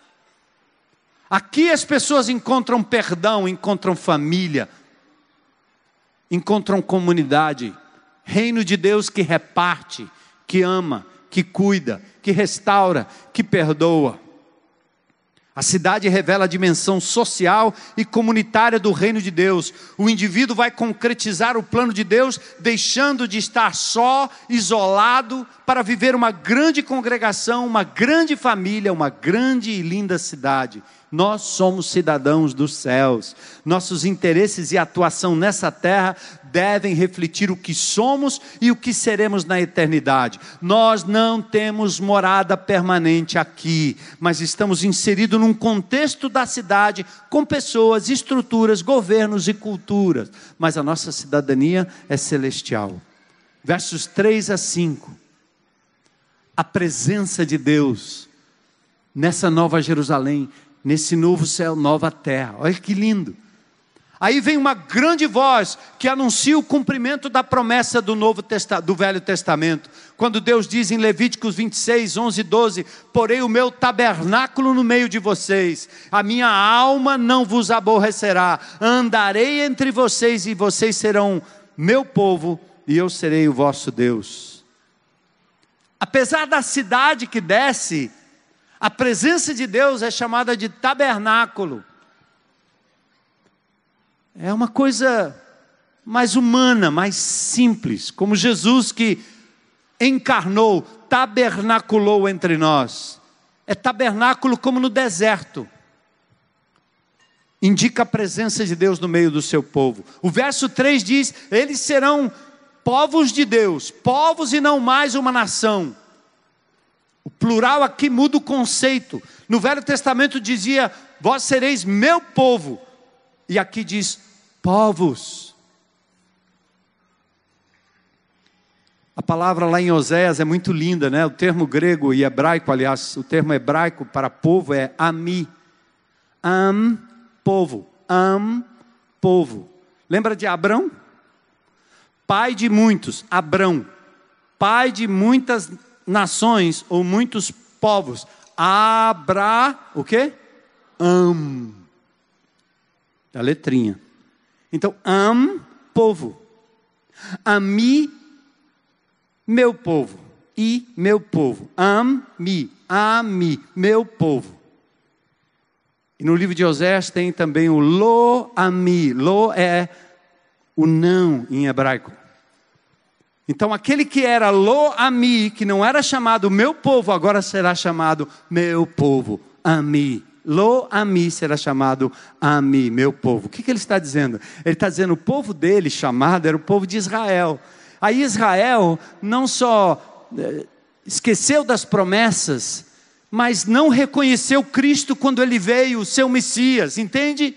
Aqui as pessoas encontram perdão, encontram família, encontram comunidade. Reino de Deus que reparte, que ama, que cuida, que restaura, que perdoa. A cidade revela a dimensão social e comunitária do reino de Deus. O indivíduo vai concretizar o plano de Deus, deixando de estar só, isolado, para viver uma grande congregação, uma grande família, uma grande e linda cidade. Nós somos cidadãos dos céus. Nossos interesses e atuação nessa terra devem refletir o que somos e o que seremos na eternidade. Nós não temos morada permanente aqui, mas estamos inseridos num contexto da cidade, com pessoas, estruturas, governos e culturas. Mas a nossa cidadania é celestial. Versos 3 a 5. A presença de Deus nessa nova Jerusalém, nesse novo céu, nova terra. Olha que lindo. Aí vem uma grande voz que anuncia o cumprimento da promessa do Velho Testamento. Quando Deus diz em Levíticos 26, 11 e 12: porei o meu tabernáculo no meio de vocês, a minha alma não vos aborrecerá, andarei entre vocês e vocês serão meu povo e eu serei o vosso Deus. Apesar da cidade que desce, a presença de Deus é chamada de tabernáculo. É uma coisa mais humana, mais simples, como Jesus que encarnou, tabernaculou entre nós. É tabernáculo como no deserto. Indica a presença de Deus no meio do seu povo. O verso 3 diz: eles serão povos de Deus, povos e não mais uma nação. O plural aqui muda o conceito. No Velho Testamento dizia: vós sereis meu povo. E aqui diz: povos. A palavra lá em Oséias é muito linda, né? O termo grego e hebraico, aliás, o termo hebraico para povo é ami. Povo. Povo. Lembra de Abrão? Pai de muitos, Abrão. Pai de muitas nações ou muitos povos. O quê? A letrinha. Então, povo. Ami, meu povo. E meu povo. Ami, meu povo. E no livro de Oséias tem também o lo-ami. Lo é o não em hebraico. Então aquele que era lo-ami, que não era chamado meu povo, agora será chamado meu povo. Ami. Lo-ami será chamado ami, meu povo. O que ele está dizendo? Ele está dizendo: o povo dele chamado era o povo de Israel. Aí Israel não só esqueceu das promessas, mas não reconheceu Cristo quando ele veio, o seu Messias, entende?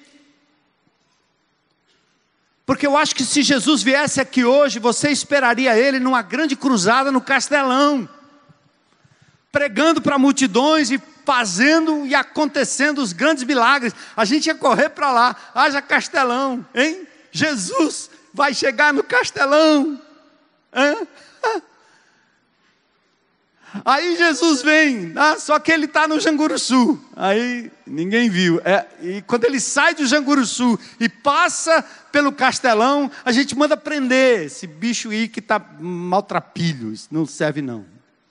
Porque eu acho que se Jesus viesse aqui hoje, você esperaria ele numa grande cruzada no Castelão, pregando para multidões e fazendo e acontecendo os grandes milagres. A gente ia correr para lá, haja Castelão, hein? Jesus vai chegar no Castelão. Aí Jesus vem, só que ele está no Janguruçu. Aí ninguém viu. E quando ele sai do Janguruçu e passa pelo Castelão, a gente manda prender esse bicho aí que está maltrapilho. Isso não serve não.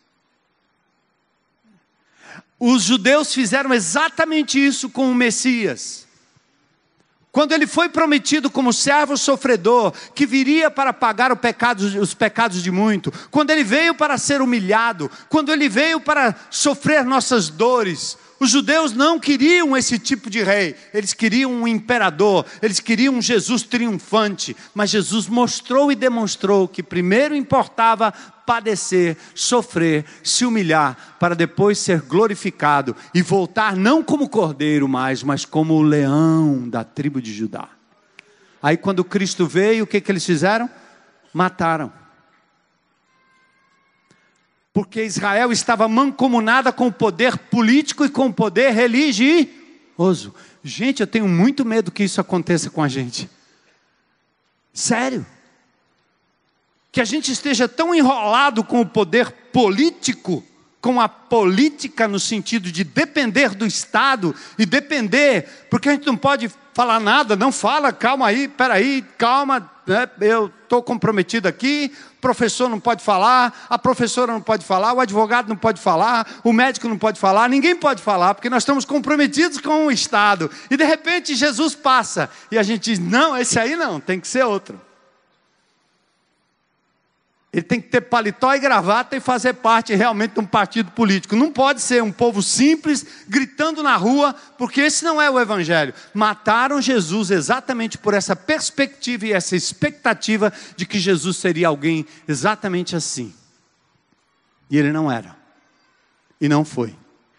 Os judeus fizeram exatamente isso com o Messias. Quando ele foi prometido como servo sofredor, que viria para pagar os pecados de muito, quando ele veio para ser humilhado, quando ele veio para sofrer nossas dores, os judeus não queriam esse tipo de rei, eles queriam um imperador, eles queriam um Jesus triunfante, mas Jesus mostrou e demonstrou que primeiro importava padecer, sofrer, se humilhar, para depois ser glorificado e voltar não como cordeiro mais, mas como o leão da tribo de Judá. Aí quando Cristo veio, o que eles fizeram? Mataram. Porque Israel estava mancomunada com o poder político e com o poder religioso. Gente, eu tenho muito medo que isso aconteça com a gente. Sério. Que a gente esteja tão enrolado com o poder político, com a política no sentido de depender do Estado e depender, porque a gente não pode falar nada, não fala, calma aí, peraí, calma, né? Eu estou comprometido aqui, o professor não pode falar, a professora não pode falar, o advogado não pode falar, o médico não pode falar, ninguém pode falar, porque nós estamos comprometidos com o Estado. E de repente Jesus passa, e a gente diz, não, esse aí não, tem que ser outro. Ele tem que ter paletó e gravata e fazer parte realmente de um partido político. Não pode ser um povo simples, gritando na rua, porque esse não é o Evangelho. Mataram Jesus exatamente por essa perspectiva e essa expectativa de que Jesus seria alguém exatamente assim. E ele não era. E não foi.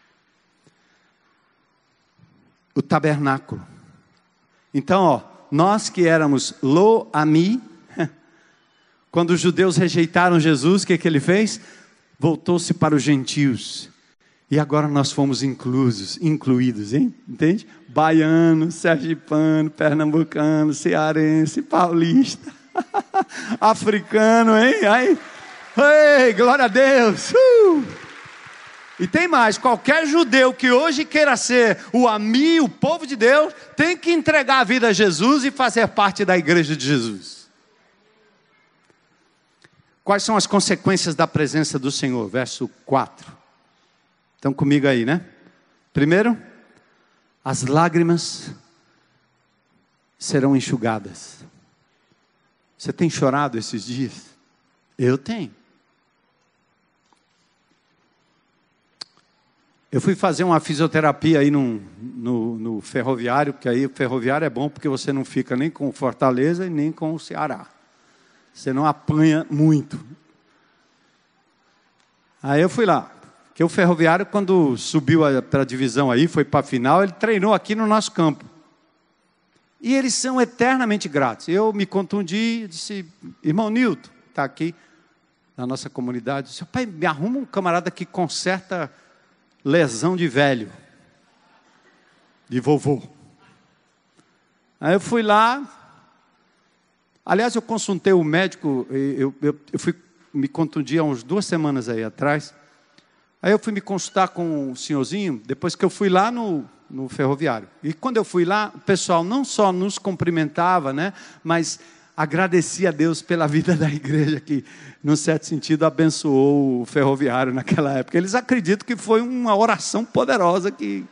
O tabernáculo. Então, nós que éramos lo-ami, quando os judeus rejeitaram Jesus, o que ele fez? Voltou-se para os gentios. E agora nós fomos incluídos, hein? Entende? Baiano, sergipano, pernambucano, cearense, paulista, africano, hein? Aí, ei, glória a Deus! E tem mais, qualquer judeu que hoje queira ser o ami, o povo de Deus, tem que entregar a vida a Jesus e fazer parte da igreja de Jesus. Quais são as consequências da presença do Senhor? Verso 4. Estão comigo aí, né? Primeiro, as lágrimas serão enxugadas. Você tem chorado esses dias? Eu tenho. Eu fui fazer uma fisioterapia aí no ferroviário, porque aí o ferroviário é bom porque você não fica nem com Fortaleza e nem com o Ceará. Você não apanha muito. Aí eu fui lá. Porque o ferroviário, quando subiu para a divisão aí, foi para a final, ele treinou aqui no nosso campo. E eles são eternamente gratos. Eu me contundi, disse, irmão Nilton, está aqui na nossa comunidade. Disse, pai, me arruma um camarada que conserta lesão de velho. De vovô. Aí eu fui lá. Aliás, eu consultei o médico, eu fui me contundir há uns 2 semanas aí atrás. Aí eu fui me consultar com o senhorzinho, depois que eu fui lá no ferroviário. E quando eu fui lá, o pessoal não só nos cumprimentava, né, mas agradecia a Deus pela vida da igreja, que, num certo sentido, abençoou o ferroviário naquela época. Eles acreditam que foi uma oração poderosa que...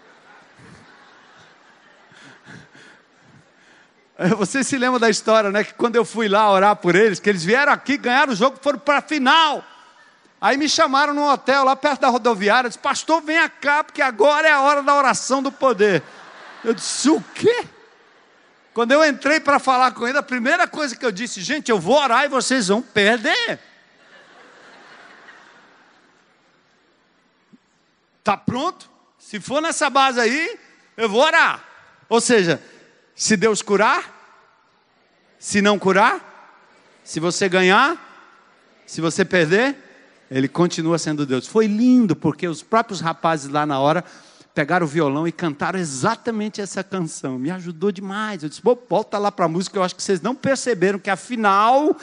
Você se lembra da história, né? Que quando eu fui lá orar por eles, que eles vieram aqui, ganharam o jogo, foram para a final. Aí me chamaram num hotel lá perto da rodoviária, disse, pastor, venha cá, porque agora é a hora da oração do poder. Eu disse, o quê? Quando eu entrei para falar com ele, a primeira coisa que eu disse, gente, eu vou orar e vocês vão perder. Tá pronto? Se for nessa base aí, eu vou orar. Ou seja, se Deus curar, se não curar, se você ganhar, se você perder, Ele continua sendo Deus. Foi lindo, porque os próprios rapazes lá na hora pegaram o violão e cantaram exatamente essa canção. Me ajudou demais. Eu disse, volta lá para a música, eu acho que vocês não perceberam que afinal...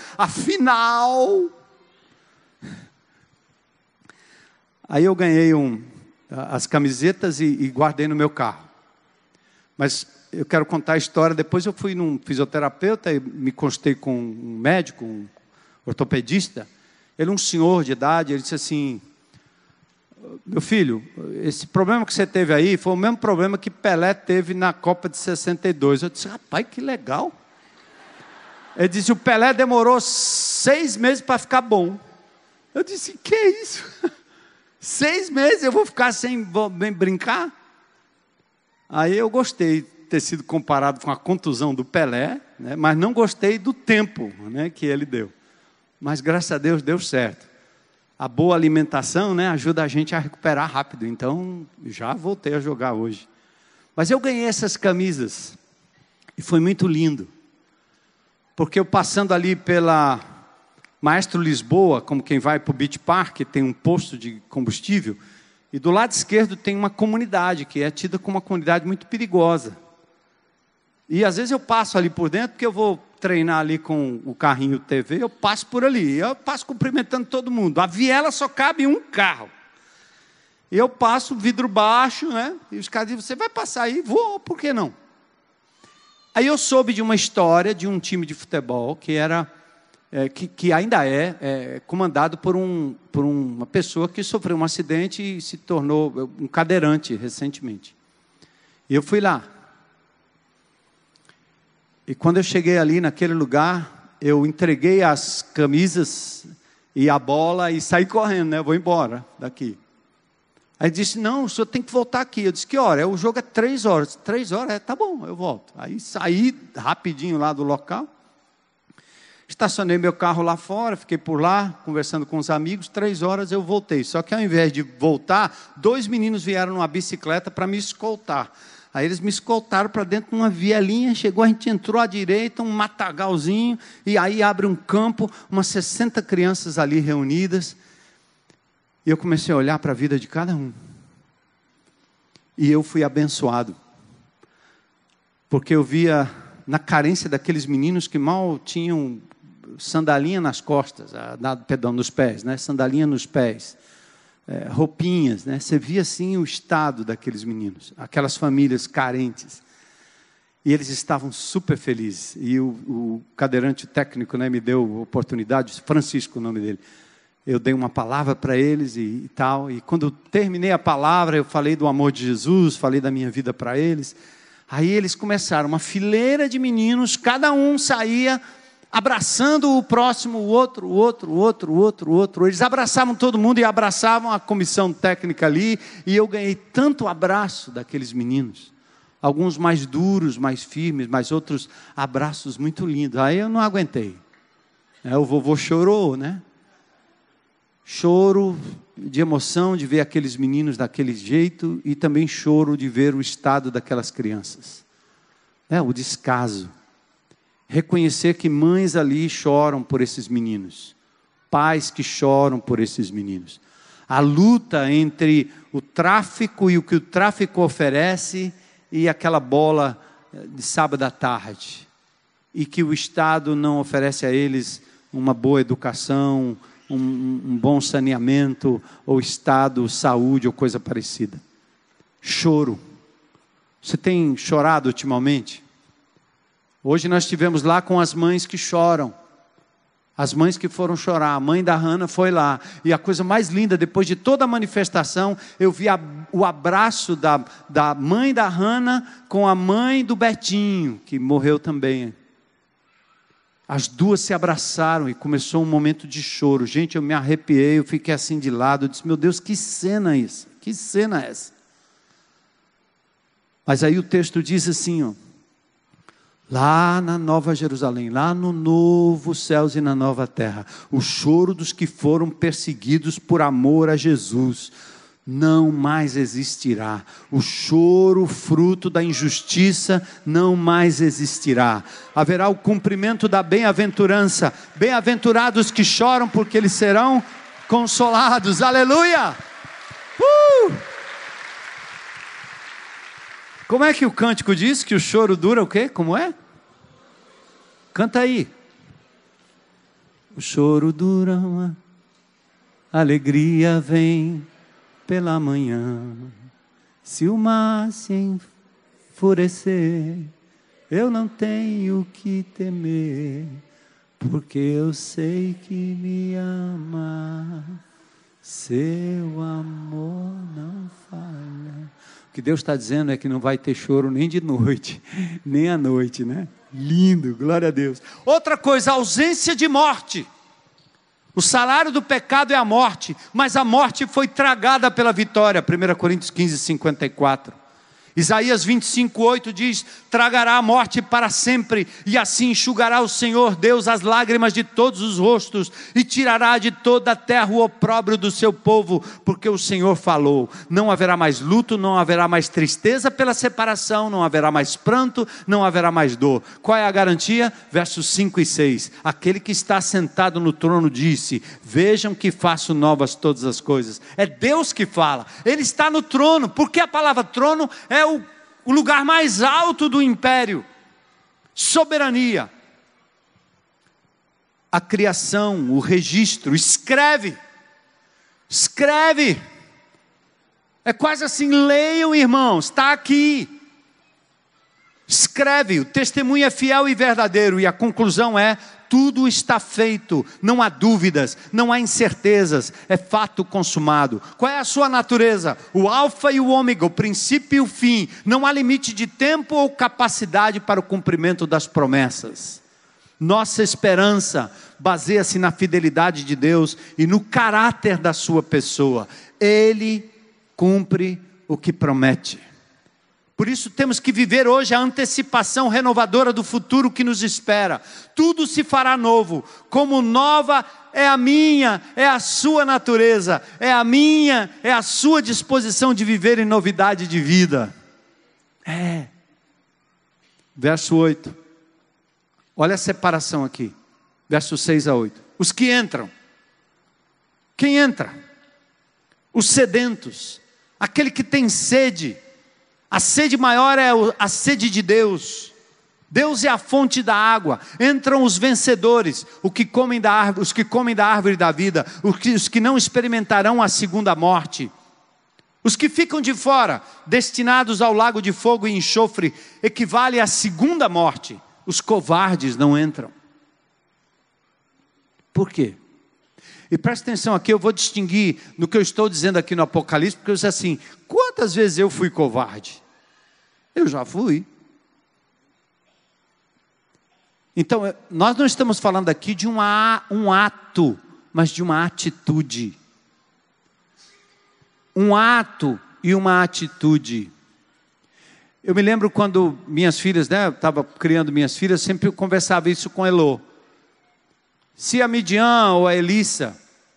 Aí eu ganhei as camisetas e guardei no meu carro. Mas eu quero contar a história. Depois eu fui num fisioterapeuta e me consultei com um médico, um ortopedista. Ele é um senhor de idade. Ele disse assim, meu filho, esse problema que você teve aí foi o mesmo problema que Pelé teve na Copa de 62. Eu disse, rapaz, que legal. Ele disse, o Pelé demorou 6 meses para ficar bom. Eu disse, que é isso? 6 meses eu vou ficar sem brincar? Aí eu gostei de ter sido comparado com a contusão do Pelé, né? Mas não gostei do tempo, né, que ele deu. Mas graças a Deus deu certo. A boa alimentação, né, ajuda a gente a recuperar rápido. Então já voltei a jogar hoje. Mas eu ganhei essas camisas e foi muito lindo. Porque eu passando ali pela Maestro Lisboa, como quem vai para o Beach Park, tem um posto de combustível, e do lado esquerdo tem uma comunidade, que é tida como uma comunidade muito perigosa. E às vezes eu passo ali por dentro, porque eu vou treinar ali com o carrinho TV, eu passo por ali, eu passo cumprimentando todo mundo. A viela só cabe um carro. E eu passo vidro baixo, né? E os caras dizem, você vai passar aí? Vou, por que não? Aí eu soube de uma história de um time de futebol que era, que ainda é comandado por uma pessoa que sofreu um acidente e se tornou um cadeirante recentemente. E eu fui lá. E quando eu cheguei ali naquele lugar, eu entreguei as camisas e a bola e saí correndo, né? Eu vou embora daqui. Aí disse, não, o senhor tem que voltar aqui. Eu disse, que hora? O jogo é 3 horas. 3 horas? Tá bom, eu volto. Aí saí rapidinho lá do local. Estacionei meu carro lá fora, fiquei por lá, conversando com os amigos. 3 horas eu voltei. Só que ao invés de voltar, 2 meninos vieram numa bicicleta para me escoltar. Aí eles me escoltaram para dentro de uma vielinha, chegou, a gente entrou à direita, um matagalzinho, e aí abre um campo, umas 60 crianças ali reunidas, e eu comecei a olhar para a vida de cada um, e eu fui abençoado, porque eu via na carência daqueles meninos que mal tinham sandalinha nas costas, perdão, nos pés, né? Sandalinha nos pés, roupinhas, né? Você via assim o estado daqueles meninos, aquelas famílias carentes, e eles estavam super felizes, e o cadeirante técnico, né, me deu a oportunidade, Francisco o nome dele, eu dei uma palavra para eles e tal, e quando eu terminei a palavra, eu falei do amor de Jesus, falei da minha vida para eles, aí eles começaram, uma fileira de meninos, cada um saía abraçando o próximo, o outro. Eles abraçavam todo mundo e abraçavam a comissão técnica ali. E eu ganhei tanto abraço daqueles meninos. Alguns mais duros, mais firmes, mas outros abraços muito lindos. Aí eu não aguentei. O vovô chorou, né? Choro de emoção de ver aqueles meninos daquele jeito. E também choro de ver o estado daquelas crianças. O descaso. Reconhecer que mães ali choram por esses meninos, pais que choram por esses meninos. A luta entre o tráfico e o que o tráfico oferece e aquela bola de sábado à tarde. E que o Estado não oferece a eles uma boa educação, um bom saneamento, ou Estado, saúde ou coisa parecida. Choro. Você tem chorado ultimamente? Hoje nós estivemos lá com as mães que choram. As mães que foram chorar. A mãe da Hannah foi lá. E a coisa mais linda, depois de toda a manifestação, eu vi o abraço da mãe da Hannah com a mãe do Betinho, que morreu também. As duas se abraçaram e começou um momento de choro. Gente, eu me arrepiei, eu fiquei assim de lado. Eu disse, meu Deus, que cena isso? Que cena é essa? Mas aí o texto diz assim, ó. Lá na Nova Jerusalém, lá no novo céus e na nova terra, o choro dos que foram perseguidos por amor a Jesus não mais existirá. O choro fruto da injustiça não mais existirá. Haverá o cumprimento da bem-aventurança. Bem-aventurados que choram, porque eles serão consolados. Aleluia! Como é que o cântico diz que o choro dura o quê? Como é? Canta aí. O choro dura uma alegria vem pela manhã. Se o mar se enfurecer, eu não tenho que temer, porque eu sei que me ama. Seu amor não falha. O que Deus está dizendo é que não vai ter choro nem de noite, nem à noite, né? Lindo, glória a Deus. Outra coisa, ausência de morte. O salário do pecado é a morte, mas a morte foi tragada pela vitória. 1 Coríntios 15, 54. Isaías 25:8 diz: tragará a morte para sempre, e assim enxugará o Senhor Deus as lágrimas de todos os rostos, e tirará de toda a terra o opróbrio do seu povo, porque o Senhor falou. Não haverá mais luto, não haverá mais tristeza pela separação, não haverá mais pranto, não haverá mais dor. Qual é a garantia? Versos 5 e 6, aquele que está sentado no trono disse: vejam que faço novas todas as coisas. É Deus que fala, Ele está no trono, porque a palavra trono é o lugar mais alto do império, soberania. A criação, o registro, escreve, é quase assim, leiam, irmãos, está aqui, escreve, o testemunho é fiel e verdadeiro, e a conclusão é: tudo está feito, não há dúvidas, não há incertezas, é fato consumado. Qual é a sua natureza? O alfa e o ômega, o princípio e o fim. Não há limite de tempo ou capacidade para o cumprimento das promessas. Nossa esperança baseia-se na fidelidade de Deus e no caráter da sua pessoa. Ele cumpre o que promete. Por isso temos que viver hoje a antecipação renovadora do futuro que nos espera. Tudo se fará novo, como nova é a minha, é a sua natureza, é a minha, é a sua disposição de viver em novidade de vida. Verso 8, olha a separação aqui, versos 6 a 8. Os que entram, quem entra? Os sedentos, aquele que tem sede. A sede maior é a sede de Deus. Deus é a fonte da água. Entram os vencedores, os que comem da árvore da vida, os que não experimentarão a segunda morte. Os que ficam de fora, destinados ao lago de fogo e enxofre, equivale à segunda morte. Os covardes não entram. Por quê? E presta atenção aqui, eu vou distinguir no que eu estou dizendo aqui no Apocalipse, porque eu disse assim: quantas vezes eu fui covarde? Eu já fui. Então, nós não estamos falando aqui de um ato, mas de uma atitude. Um ato e uma atitude. Eu me lembro quando minhas filhas, eu estava criando minhas filhas, sempre eu conversava isso com a Elô. Se a Midian ou a Elissa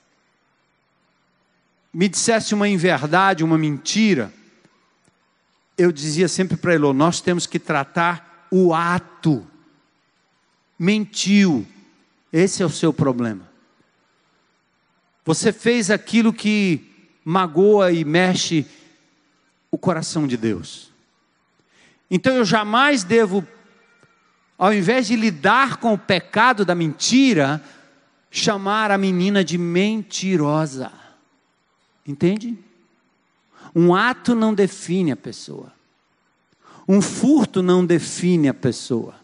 me dissesse uma inverdade, uma mentira, eu dizia sempre para Elô: nós temos que tratar o ato. Mentiu, esse é o seu problema. Você fez aquilo que magoa e mexe o coração de Deus. Então eu jamais devo, ao invés de lidar com o pecado da mentira, chamar a menina de mentirosa. Entende? Um ato não define a pessoa. Um furto não define a pessoa.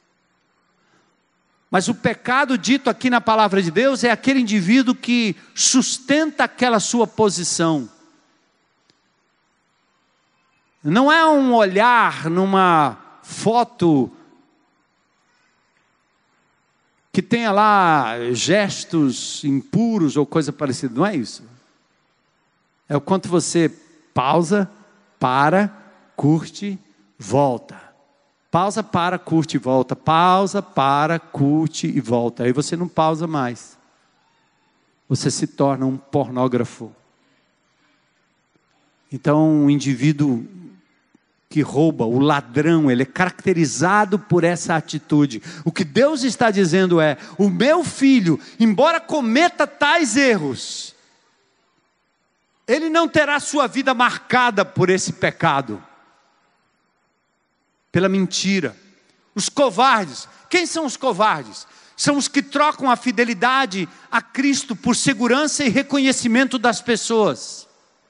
Mas o pecado dito aqui na palavra de Deus é aquele indivíduo que sustenta aquela sua posição. Não é um olhar numa foto que tenha lá gestos impuros ou coisa parecida, não é isso. É o quanto você pausa, para, curte, volta. Pausa, para, curte e volta. Pausa, para, curte e volta. Aí você não pausa mais. Você se torna um pornógrafo. Então, um indivíduo que rouba, o ladrão, ele é caracterizado por essa atitude. O que Deus está dizendo é: o meu filho, embora cometa tais erros, ele não terá sua vida marcada por esse pecado, pela mentira. Os covardes, quem são os covardes? São os que trocam a fidelidade a Cristo por segurança e reconhecimento das pessoas.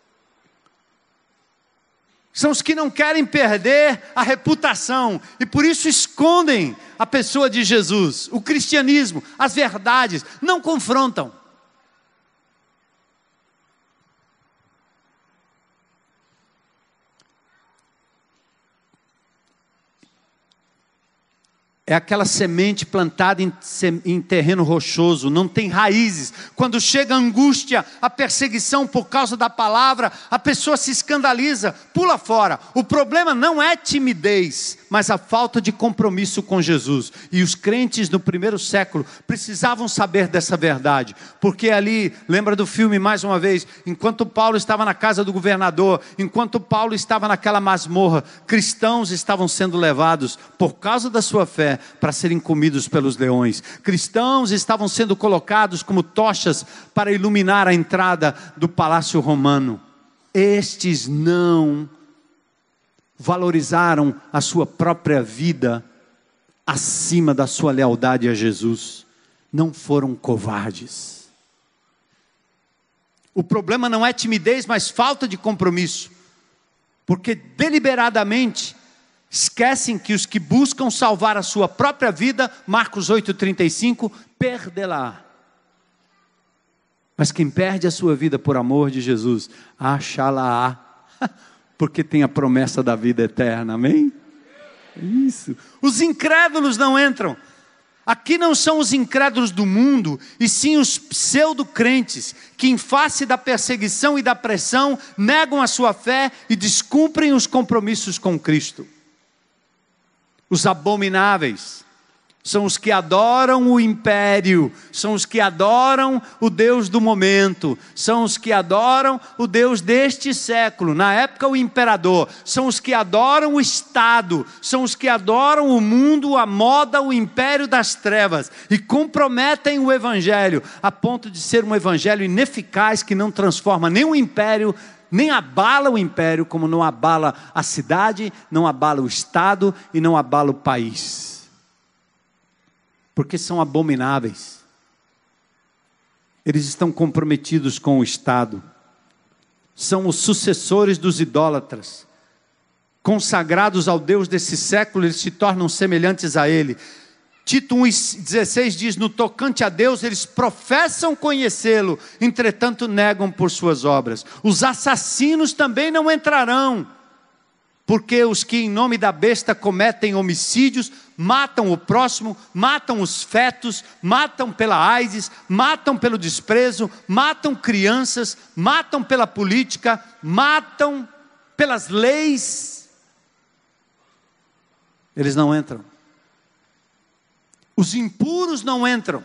São os que não querem perder a reputação e por isso escondem a pessoa de Jesus. O cristianismo, as verdades, não confrontam. é aquela semente plantada em terreno rochoso, não tem raízes. Quando chega a angústia, a perseguição por causa da palavra, a pessoa se escandaliza, pula fora. O problema não é timidez, mas a falta de compromisso com Jesus. E os crentes no primeiro século precisavam saber dessa verdade, porque ali, lembra do filme mais uma vez, enquanto Paulo estava na casa do governador, enquanto Paulo estava naquela masmorra, cristãos estavam sendo levados, por causa da sua fé, para serem comidos pelos leões. Cristãos estavam sendo colocados como tochas para iluminar a entrada do palácio romano. Estes não valorizaram a sua própria vida acima da sua lealdade a Jesus. Não foram covardes. O problema não é timidez, mas falta de compromisso. Porque deliberadamente esquecem que os que buscam salvar a sua própria vida, Marcos 8,35, perdê-la. Mas quem perde a sua vida por amor de Jesus, achá-la-á, porque tem a promessa da vida eterna, amém? Isso. Os incrédulos não entram. Aqui não são os incrédulos do mundo, e sim os pseudo-crentes, que em face da perseguição e da pressão, negam a sua fé e descumprem os compromissos com Cristo. Os abomináveis são os que adoram o império, são os que adoram o Deus do momento, são os que adoram o Deus deste século, na época o imperador, são os que adoram o Estado, são os que adoram o mundo, a moda, o império das trevas, e comprometem o Evangelho, a ponto de ser um Evangelho ineficaz, que não transforma nem o império, nem abala o império, como não abala a cidade, não abala o Estado e não abala o país. Porque são abomináveis. Eles estão comprometidos com o Estado. São os sucessores dos idólatras. Consagrados ao Deus desse século, eles se tornam semelhantes a Ele. Tito 1,16 diz, no tocante a Deus, eles professam conhecê-lo, entretanto negam por suas obras. Os assassinos também não entrarão, porque os que em nome da besta cometem homicídios, matam o próximo, matam os fetos, matam pela AIDS, matam pelo desprezo, matam crianças, matam pela política, matam pelas leis. Eles não entram. Os impuros não entram.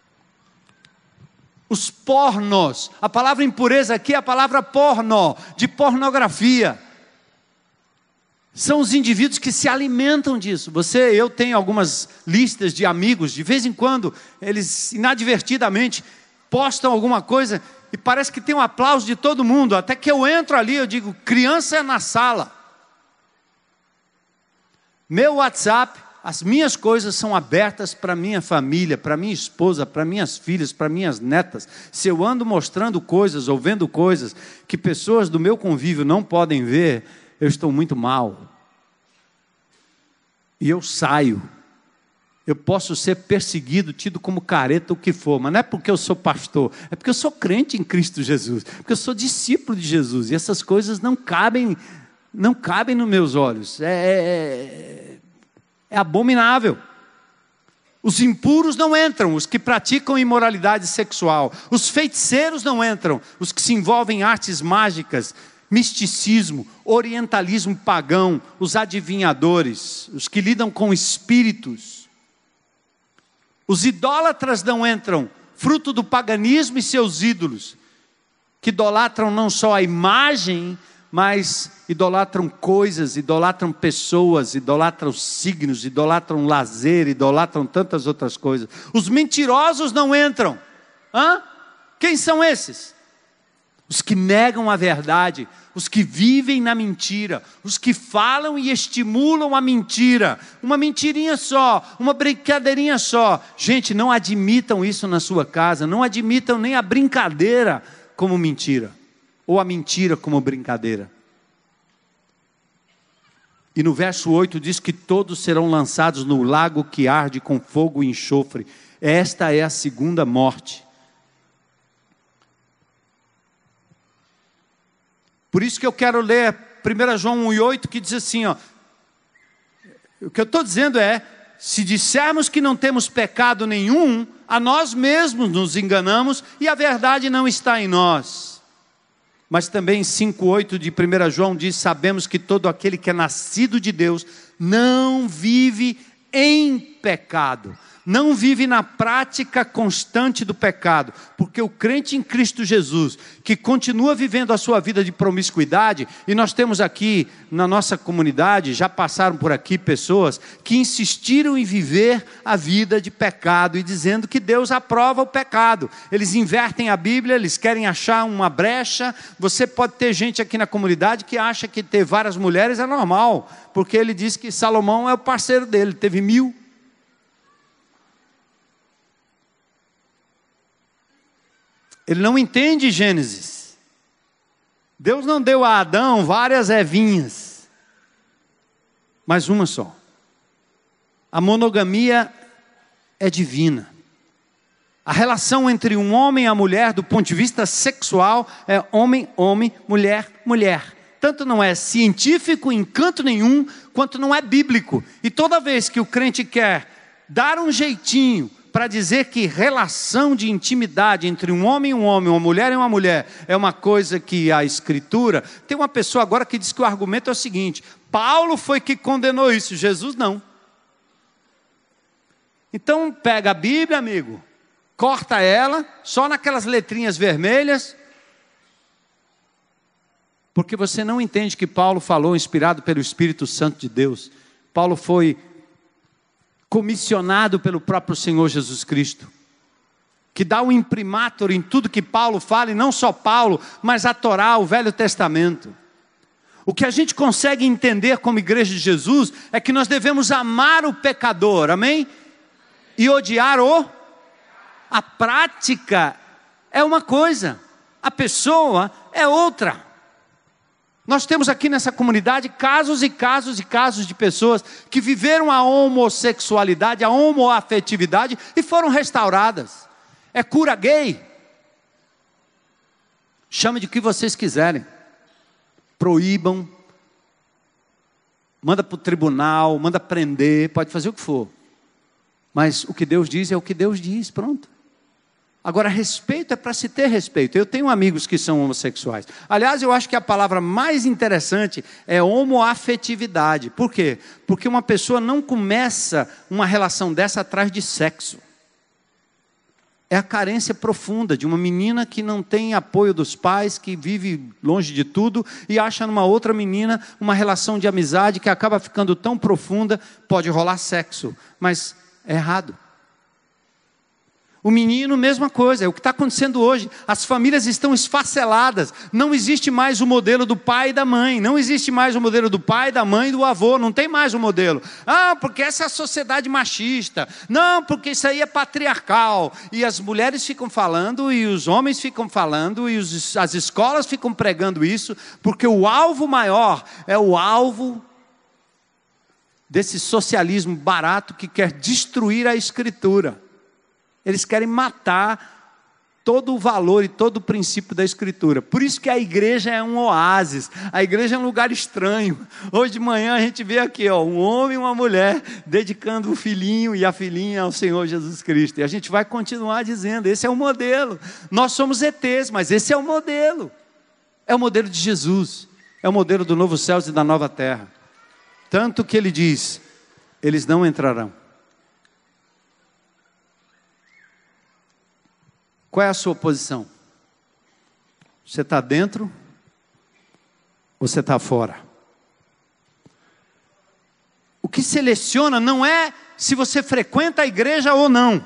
Os pornos, a palavra impureza aqui é a palavra porno, de pornografia. São os indivíduos que se alimentam disso. Eu tenho algumas listas de amigos, de vez em quando, eles inadvertidamente postam alguma coisa e parece que tem um aplauso de todo mundo, até que eu entro ali, eu digo, criança na sala. Meu WhatsApp, as minhas coisas são abertas para minha família, para minha esposa, para minhas filhas, para minhas netas. Se eu ando mostrando coisas ou vendo coisas que pessoas do meu convívio não podem ver, eu estou muito mal. E eu saio. Eu posso ser perseguido, tido como careta, o que for, mas não é porque eu sou pastor, é porque eu sou crente em Cristo Jesus, porque eu sou discípulo de Jesus, e essas coisas não cabem nos meus olhos. É abominável. Os impuros não entram, os que praticam imoralidade sexual. Os feiticeiros não entram, os que se envolvem em artes mágicas, misticismo, orientalismo pagão, os adivinhadores, os que lidam com espíritos. Os idólatras não entram, fruto do paganismo e seus ídolos, que idolatram não só a imagem, mas idolatram coisas, idolatram pessoas, idolatram signos, idolatram lazer, idolatram tantas outras coisas. Os mentirosos não entram. Quem são esses? Os que negam a verdade, os que vivem na mentira, os que falam e estimulam a mentira. Uma mentirinha só, uma brincadeirinha só. Gente, não admitam isso na sua casa, não admitam nem a brincadeira como mentira, ou a mentira como brincadeira. E no verso 8 diz que todos serão lançados no lago que arde com fogo e enxofre. Esta é a segunda morte. Por isso que eu quero ler 1 João 1,8, que diz assim, o que eu estou dizendo é, se dissermos que não temos pecado nenhum, a nós mesmos nos enganamos e a verdade não está em nós. Mas também 5,8 de 1 João diz: sabemos que todo aquele que é nascido de Deus não vive em pecado, não vive na prática constante do pecado, porque o crente em Cristo Jesus, que continua vivendo a sua vida de promiscuidade, e nós temos aqui na nossa comunidade, já passaram por aqui pessoas que insistiram em viver a vida de pecado, e dizendo que Deus aprova o pecado. Eles invertem a Bíblia, eles querem achar uma brecha. Você pode ter gente aqui na comunidade que acha que ter várias mulheres é normal, porque ele diz que Salomão é o parceiro dele, teve 1000. Ele não entende Gênesis. Deus não deu a Adão várias Evinhas, mas uma só. A monogamia é divina. A relação entre um homem e a mulher, do ponto de vista sexual, é homem, homem, mulher, mulher. Tanto não é científico em canto nenhum, quanto não é bíblico. E toda vez que o crente quer dar um jeitinho para dizer que relação de intimidade entre um homem e um homem, uma mulher e uma mulher, é uma coisa que a Escritura... Tem uma pessoa agora que diz que o argumento é o seguinte: Paulo foi que condenou isso, Jesus não. Então pega a Bíblia, amigo, corta ela, só naquelas letrinhas vermelhas, porque você não entende que Paulo falou inspirado pelo Espírito Santo de Deus. Paulo foi comissionado pelo próprio Senhor Jesus Cristo, que dá o imprimatur em tudo que Paulo fala, e não só Paulo, mas a Torá, o Velho Testamento. O que a gente consegue entender como igreja de Jesus, é que nós devemos amar o pecador, amém? E odiar a prática é uma coisa, a pessoa é outra. Nós temos aqui nessa comunidade casos e casos e casos de pessoas que viveram a homossexualidade, a homoafetividade e foram restauradas. É cura gay. Chame de que vocês quiserem. Proíbam. Manda para o tribunal, manda prender, pode fazer o que for. Mas o que Deus diz é o que Deus diz, pronto. Agora, respeito é para se ter respeito. Eu tenho amigos que são homossexuais. Aliás, eu acho que a palavra mais interessante é homoafetividade. Por quê? Porque uma pessoa não começa uma relação dessa atrás de sexo. É a carência profunda de uma menina que não tem apoio dos pais, que vive longe de tudo, e acha numa outra menina uma relação de amizade que acaba ficando tão profunda, pode rolar sexo, mas é errado. O menino, mesma coisa, é o que está acontecendo hoje. As famílias estão esfaceladas. Não existe mais o modelo do pai e da mãe. Não existe mais o modelo do pai, da mãe e do avô. Não tem mais o modelo. Ah, porque essa é a sociedade machista. Não, porque isso aí é patriarcal. E as mulheres ficam falando, e os homens ficam falando, e as escolas ficam pregando isso, porque o alvo maior é o alvo desse socialismo barato que quer destruir a Escritura. Eles querem matar todo o valor e todo o princípio da Escritura. Por isso que a igreja é um oásis. A igreja é um lugar estranho. Hoje de manhã a gente vê aqui, um homem e uma mulher dedicando o filhinho e a filhinha ao Senhor Jesus Cristo. E a gente vai continuar dizendo, esse é o modelo. Nós somos ETs, mas esse é o modelo. É o modelo de Jesus. É o modelo do novo céu e da nova terra. Tanto que ele diz, eles não entrarão. Qual é a sua posição? Você está dentro ou você está fora? O que seleciona não é se você frequenta a igreja ou não,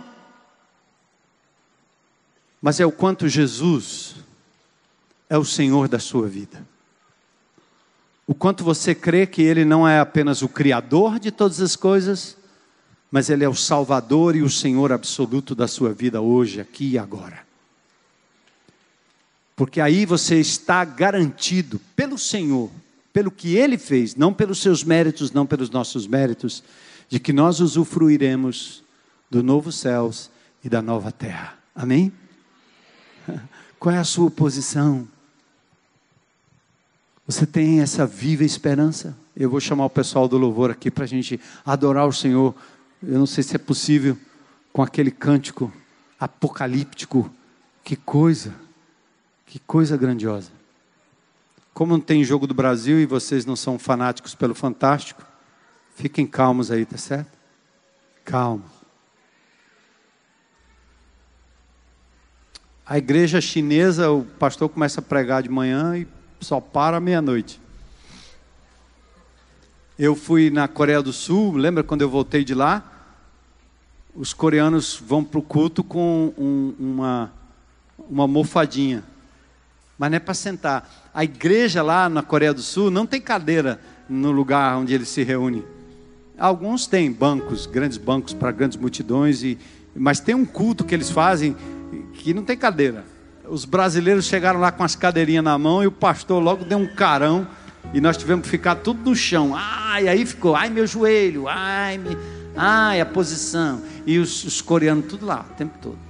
mas é o quanto Jesus é o Senhor da sua vida. O quanto você crê que Ele não é apenas o Criador de todas as coisas, mas Ele é o Salvador e o Senhor absoluto da sua vida hoje, aqui e agora. Porque aí você está garantido pelo Senhor, pelo que Ele fez, não pelos seus méritos, não pelos nossos méritos, de que nós usufruiremos do novo céus e da nova terra. Amém? Qual é a sua posição? Você tem essa viva esperança? Eu vou chamar o pessoal do louvor aqui para a gente adorar o Senhor Eu não sei se é possível com aquele cântico apocalíptico. Que coisa grandiosa. Como não tem jogo do Brasil e vocês não são fanáticos pelo Fantástico, fiquem calmos aí, tá certo? Calma. A igreja chinesa, o pastor começa a pregar de manhã e só para à meia-noite. Eu fui na Coreia do Sul, lembra quando eu voltei de lá? Os coreanos vão para o culto com uma almofadinha, mas não é para sentar. A igreja lá na Coreia do Sul não tem cadeira no lugar onde eles se reúnem. Alguns têm bancos, grandes bancos para grandes multidões, mas tem um culto que eles fazem que não tem cadeira. Os brasileiros chegaram lá com as cadeirinhas na mão e o pastor logo deu um carão e nós tivemos que ficar tudo no chão. E aí ficou, meu joelho, a posição. E os coreanos tudo lá, o tempo todo.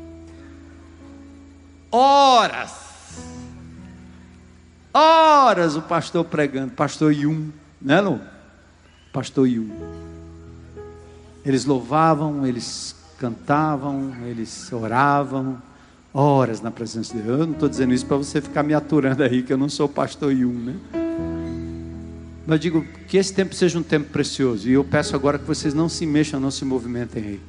Horas o pastor pregando, pastor Yun, né, não? Pastor Yun. Eles louvavam, eles cantavam, eles oravam, horas na presença de Deus. Eu não estou dizendo isso para você ficar me aturando aí, que eu não sou pastor Yun, né? Mas eu digo que esse tempo seja um tempo precioso, e eu peço agora que vocês não se mexam, não se movimentem aí.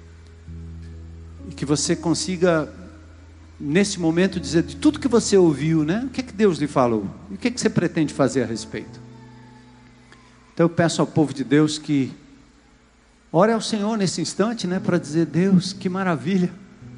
E que você consiga, nesse momento, dizer de tudo que você ouviu, né? O que Deus lhe falou? E o que você pretende fazer a respeito? Então eu peço ao povo de Deus que ore ao Senhor nesse instante, né? Para dizer, Deus, que maravilha.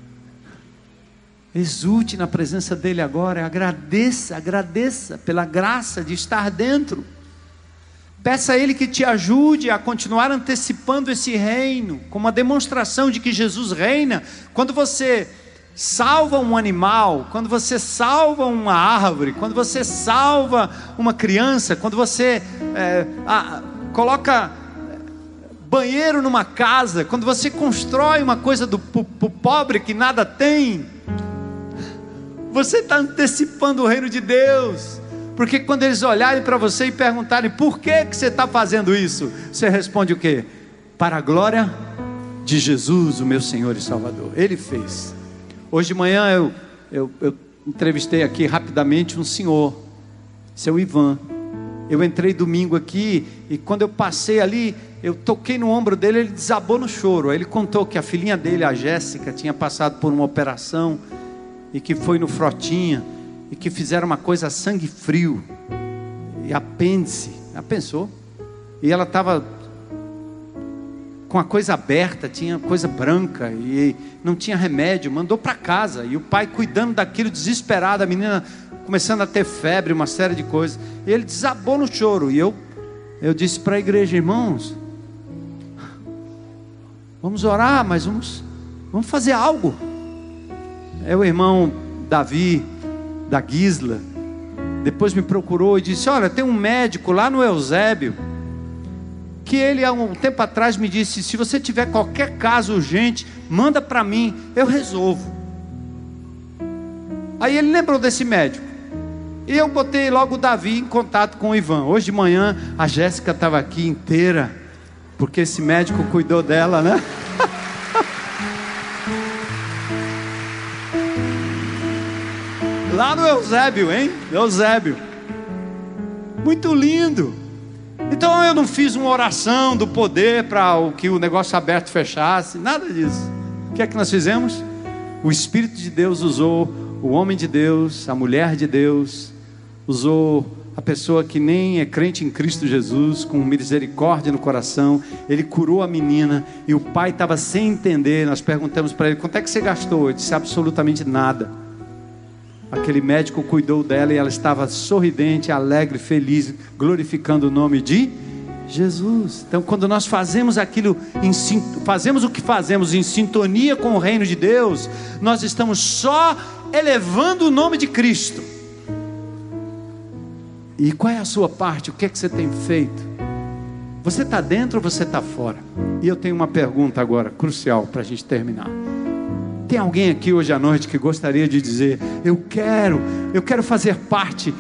Exulte na presença dEle agora, agradeça pela graça de estar dentro. Peça a Ele que te ajude a continuar antecipando esse reino, como uma demonstração de que Jesus reina. Quando você salva um animal, quando você salva uma árvore, quando você salva uma criança, quando você coloca banheiro numa casa, quando você constrói uma coisa pro pobre que nada tem, você está antecipando o reino de Deus. Porque quando eles olharem para você e perguntarem por que você está fazendo isso, você responde o quê? Para a glória de Jesus, o meu Senhor e Salvador. Ele fez. Hoje de manhã eu entrevistei aqui rapidamente um senhor, seu Ivan. Eu entrei domingo aqui e quando eu passei ali, eu toquei no ombro dele, ele desabou no choro. Aí ele contou que a filhinha dele, a Jéssica, tinha passado por uma operação e que foi no Frotinha e que fizeram uma coisa a sangue frio e apêndice. Já pensou? E ela estava com a coisa aberta, tinha coisa branca e não tinha remédio, mandou para casa, e o pai cuidando daquilo desesperado, a menina começando a ter febre, uma série de coisas, e ele desabou no choro. E eu disse para a igreja, irmãos, vamos orar, mas vamos fazer algo. É o irmão Davi da Gisla depois me procurou e disse, olha, tem um médico lá no Eusébio que ele há um tempo atrás me disse, se você tiver qualquer caso urgente, manda para mim, eu resolvo. Aí ele lembrou desse médico e eu botei logo o Davi em contato com o Ivan. Hoje de manhã a Jéssica estava aqui inteira, porque esse médico cuidou dela, né? Lá no Eusébio, hein? Eusébio. Muito lindo. Então eu não fiz uma oração do poder para que o negócio aberto fechasse, nada disso. O que é que nós fizemos? O Espírito de Deus usou o homem de Deus, a mulher de Deus, usou a pessoa que nem é crente em Cristo Jesus, com misericórdia no coração. Ele curou a menina e o pai estava sem entender. Nós perguntamos para ele, quanto é que você gastou? Ele disse, absolutamente nada. Aquele médico cuidou dela e ela estava sorridente, alegre, feliz, glorificando o nome de Jesus. Então quando nós fazemos aquilo, fazemos o que fazemos em sintonia com o reino de Deus, nós estamos só elevando o nome de Cristo. E qual é a sua parte? O que é que você tem feito? Você está dentro ou você está fora? E eu tenho uma pergunta agora, crucial, para a gente terminar. Tem alguém aqui hoje à noite que gostaria de dizer, eu quero fazer parte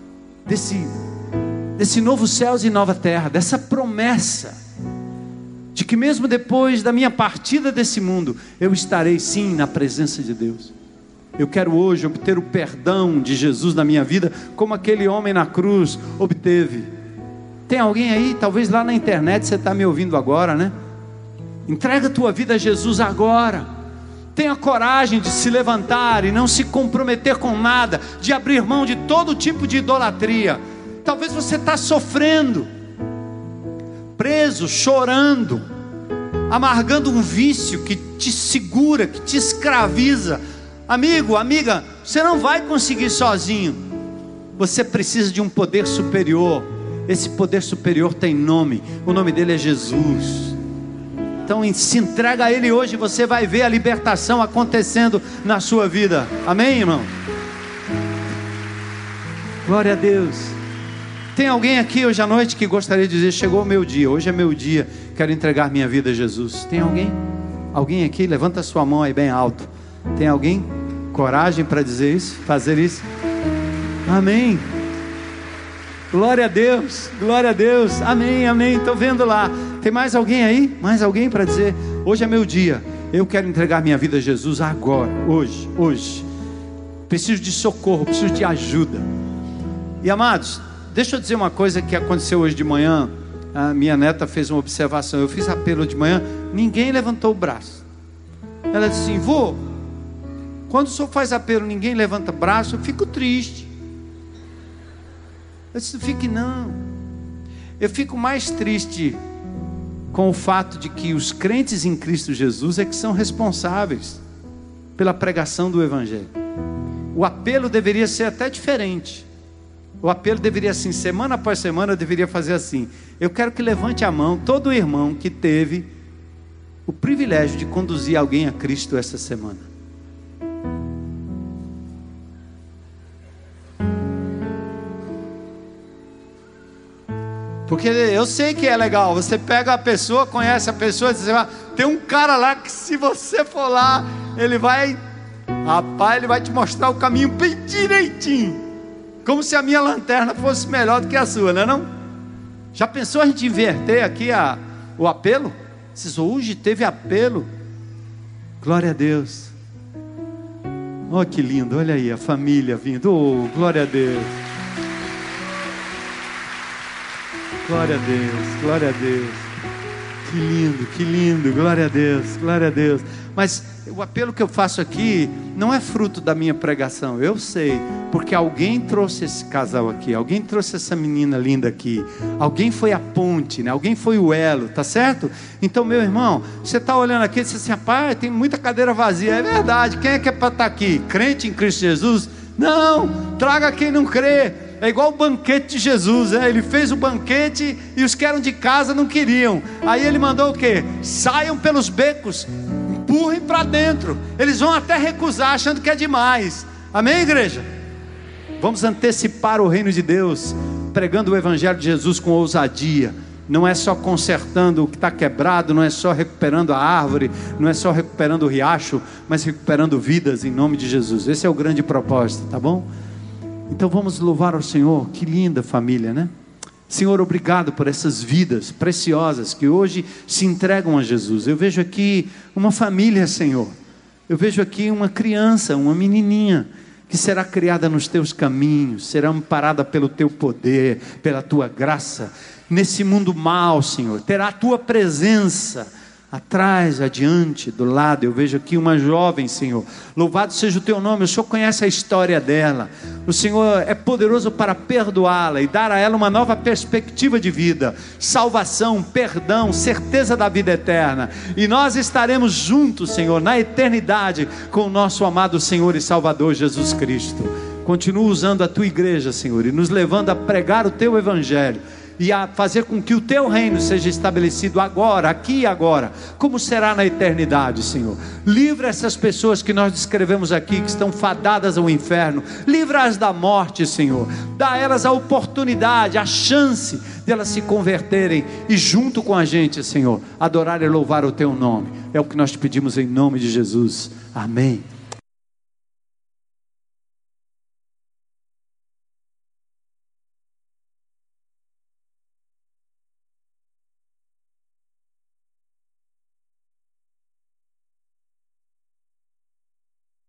desse novo céus e nova terra, dessa promessa de que mesmo depois da minha partida desse mundo, eu estarei sim na presença de Deus. Eu quero hoje obter o perdão de Jesus na minha vida, como aquele homem na cruz obteve. Tem alguém aí, talvez lá na internet, você está me ouvindo agora, né? Entrega a tua vida a Jesus agora. Tenha coragem de se levantar e não se comprometer com nada, de abrir mão de todo tipo de idolatria. Talvez você está sofrendo, preso, chorando, amargando um vício que te segura, que te escraviza. Amigo, amiga, você não vai conseguir sozinho. Você precisa de um poder superior. Esse poder superior tem nome. O nome dele é Jesus. Então se entrega a Ele hoje, você vai ver a libertação acontecendo na sua vida. Amém, irmão? Glória a Deus. Tem alguém aqui hoje à noite que gostaria de dizer: chegou o meu dia, hoje é meu dia, quero entregar minha vida a Jesus? Tem alguém? Alguém aqui? Levanta a sua mão aí bem alto. Tem alguém? Coragem para dizer isso? Fazer isso? Amém. Glória a Deus, glória a Deus. Amém, amém. Estou vendo lá. Tem mais alguém aí? Mais alguém para dizer: hoje é meu dia, eu quero entregar minha vida a Jesus agora, hoje. Preciso de socorro, preciso de ajuda. E amados, deixa eu dizer uma coisa que aconteceu hoje de manhã. A minha neta fez uma observação. Eu fiz apelo de manhã, ninguém levantou o braço. Ela disse assim: vô, quando o senhor faz apelo, ninguém levanta o braço, eu fico triste. Eu disse: não fique não. Eu fico mais triste com o fato de que os crentes em Cristo Jesus é que são responsáveis pela pregação do Evangelho. O apelo deveria ser até diferente. O apelo deveria assim, semana após semana eu deveria fazer assim: eu quero que levante a mão todo irmão que teve o privilégio de conduzir alguém a Cristo essa semana. Porque eu sei que é legal, você pega a pessoa, conhece a pessoa, diz: tem um cara lá que se você for lá, ele vai te mostrar o caminho bem direitinho, como se a minha lanterna fosse melhor do que a sua, não é não? Já pensou a gente inverter aqui o apelo? Vocês hoje teve apelo, glória a Deus. Oh, que lindo, olha aí a família vindo, oh, glória a Deus. Glória a Deus, glória a Deus. Que lindo, glória a Deus, glória a Deus. Mas o apelo que eu faço aqui não é fruto da minha pregação, eu sei, porque alguém trouxe esse casal aqui, alguém trouxe essa menina linda aqui, alguém foi a ponte, né? Alguém foi o elo, tá certo? Então, meu irmão, você está olhando aqui e diz assim: rapaz, tem muita cadeira vazia. É verdade, quem é que é para estar aqui? Crente em Cristo Jesus? Não, traga quem não crê. É igual o banquete de Jesus, né? Ele fez o banquete e os que eram de casa não queriam. Aí ele mandou o quê? Saiam pelos becos, empurrem para dentro. Eles vão até recusar, achando que é demais. Amém, igreja? Vamos antecipar o reino de Deus, pregando o Evangelho de Jesus com ousadia. Não é só consertando o que está quebrado, não é só recuperando a árvore, não é só recuperando o riacho, mas recuperando vidas em nome de Jesus. Esse é o grande propósito, tá bom? Então vamos louvar ao Senhor. Que linda família, né? Senhor, obrigado por essas vidas preciosas que hoje se entregam a Jesus. Eu vejo aqui uma família, Senhor. Eu vejo aqui uma criança, uma menininha, que será criada nos teus caminhos, será amparada pelo teu poder, pela tua graça. Nesse mundo mau, Senhor, terá a tua presença. Atrás, adiante, do lado, eu vejo aqui uma jovem, Senhor. Louvado seja o teu nome. O Senhor conhece a história dela. O Senhor é poderoso para perdoá-la e dar a ela uma nova perspectiva de vida, salvação, perdão, certeza da vida eterna. E nós estaremos juntos, Senhor, na eternidade com o nosso amado Senhor e Salvador Jesus Cristo. Continua usando a tua igreja, Senhor, e nos levando a pregar o teu evangelho e a fazer com que o teu reino seja estabelecido agora, aqui e agora, como será na eternidade, Senhor. Livra essas pessoas que nós descrevemos aqui, que estão fadadas ao inferno, livra-as da morte, Senhor. Dá a elas a oportunidade, a chance de elas se converterem e junto com a gente, Senhor, adorar e louvar o teu nome. É o que nós te pedimos em nome de Jesus. Amém.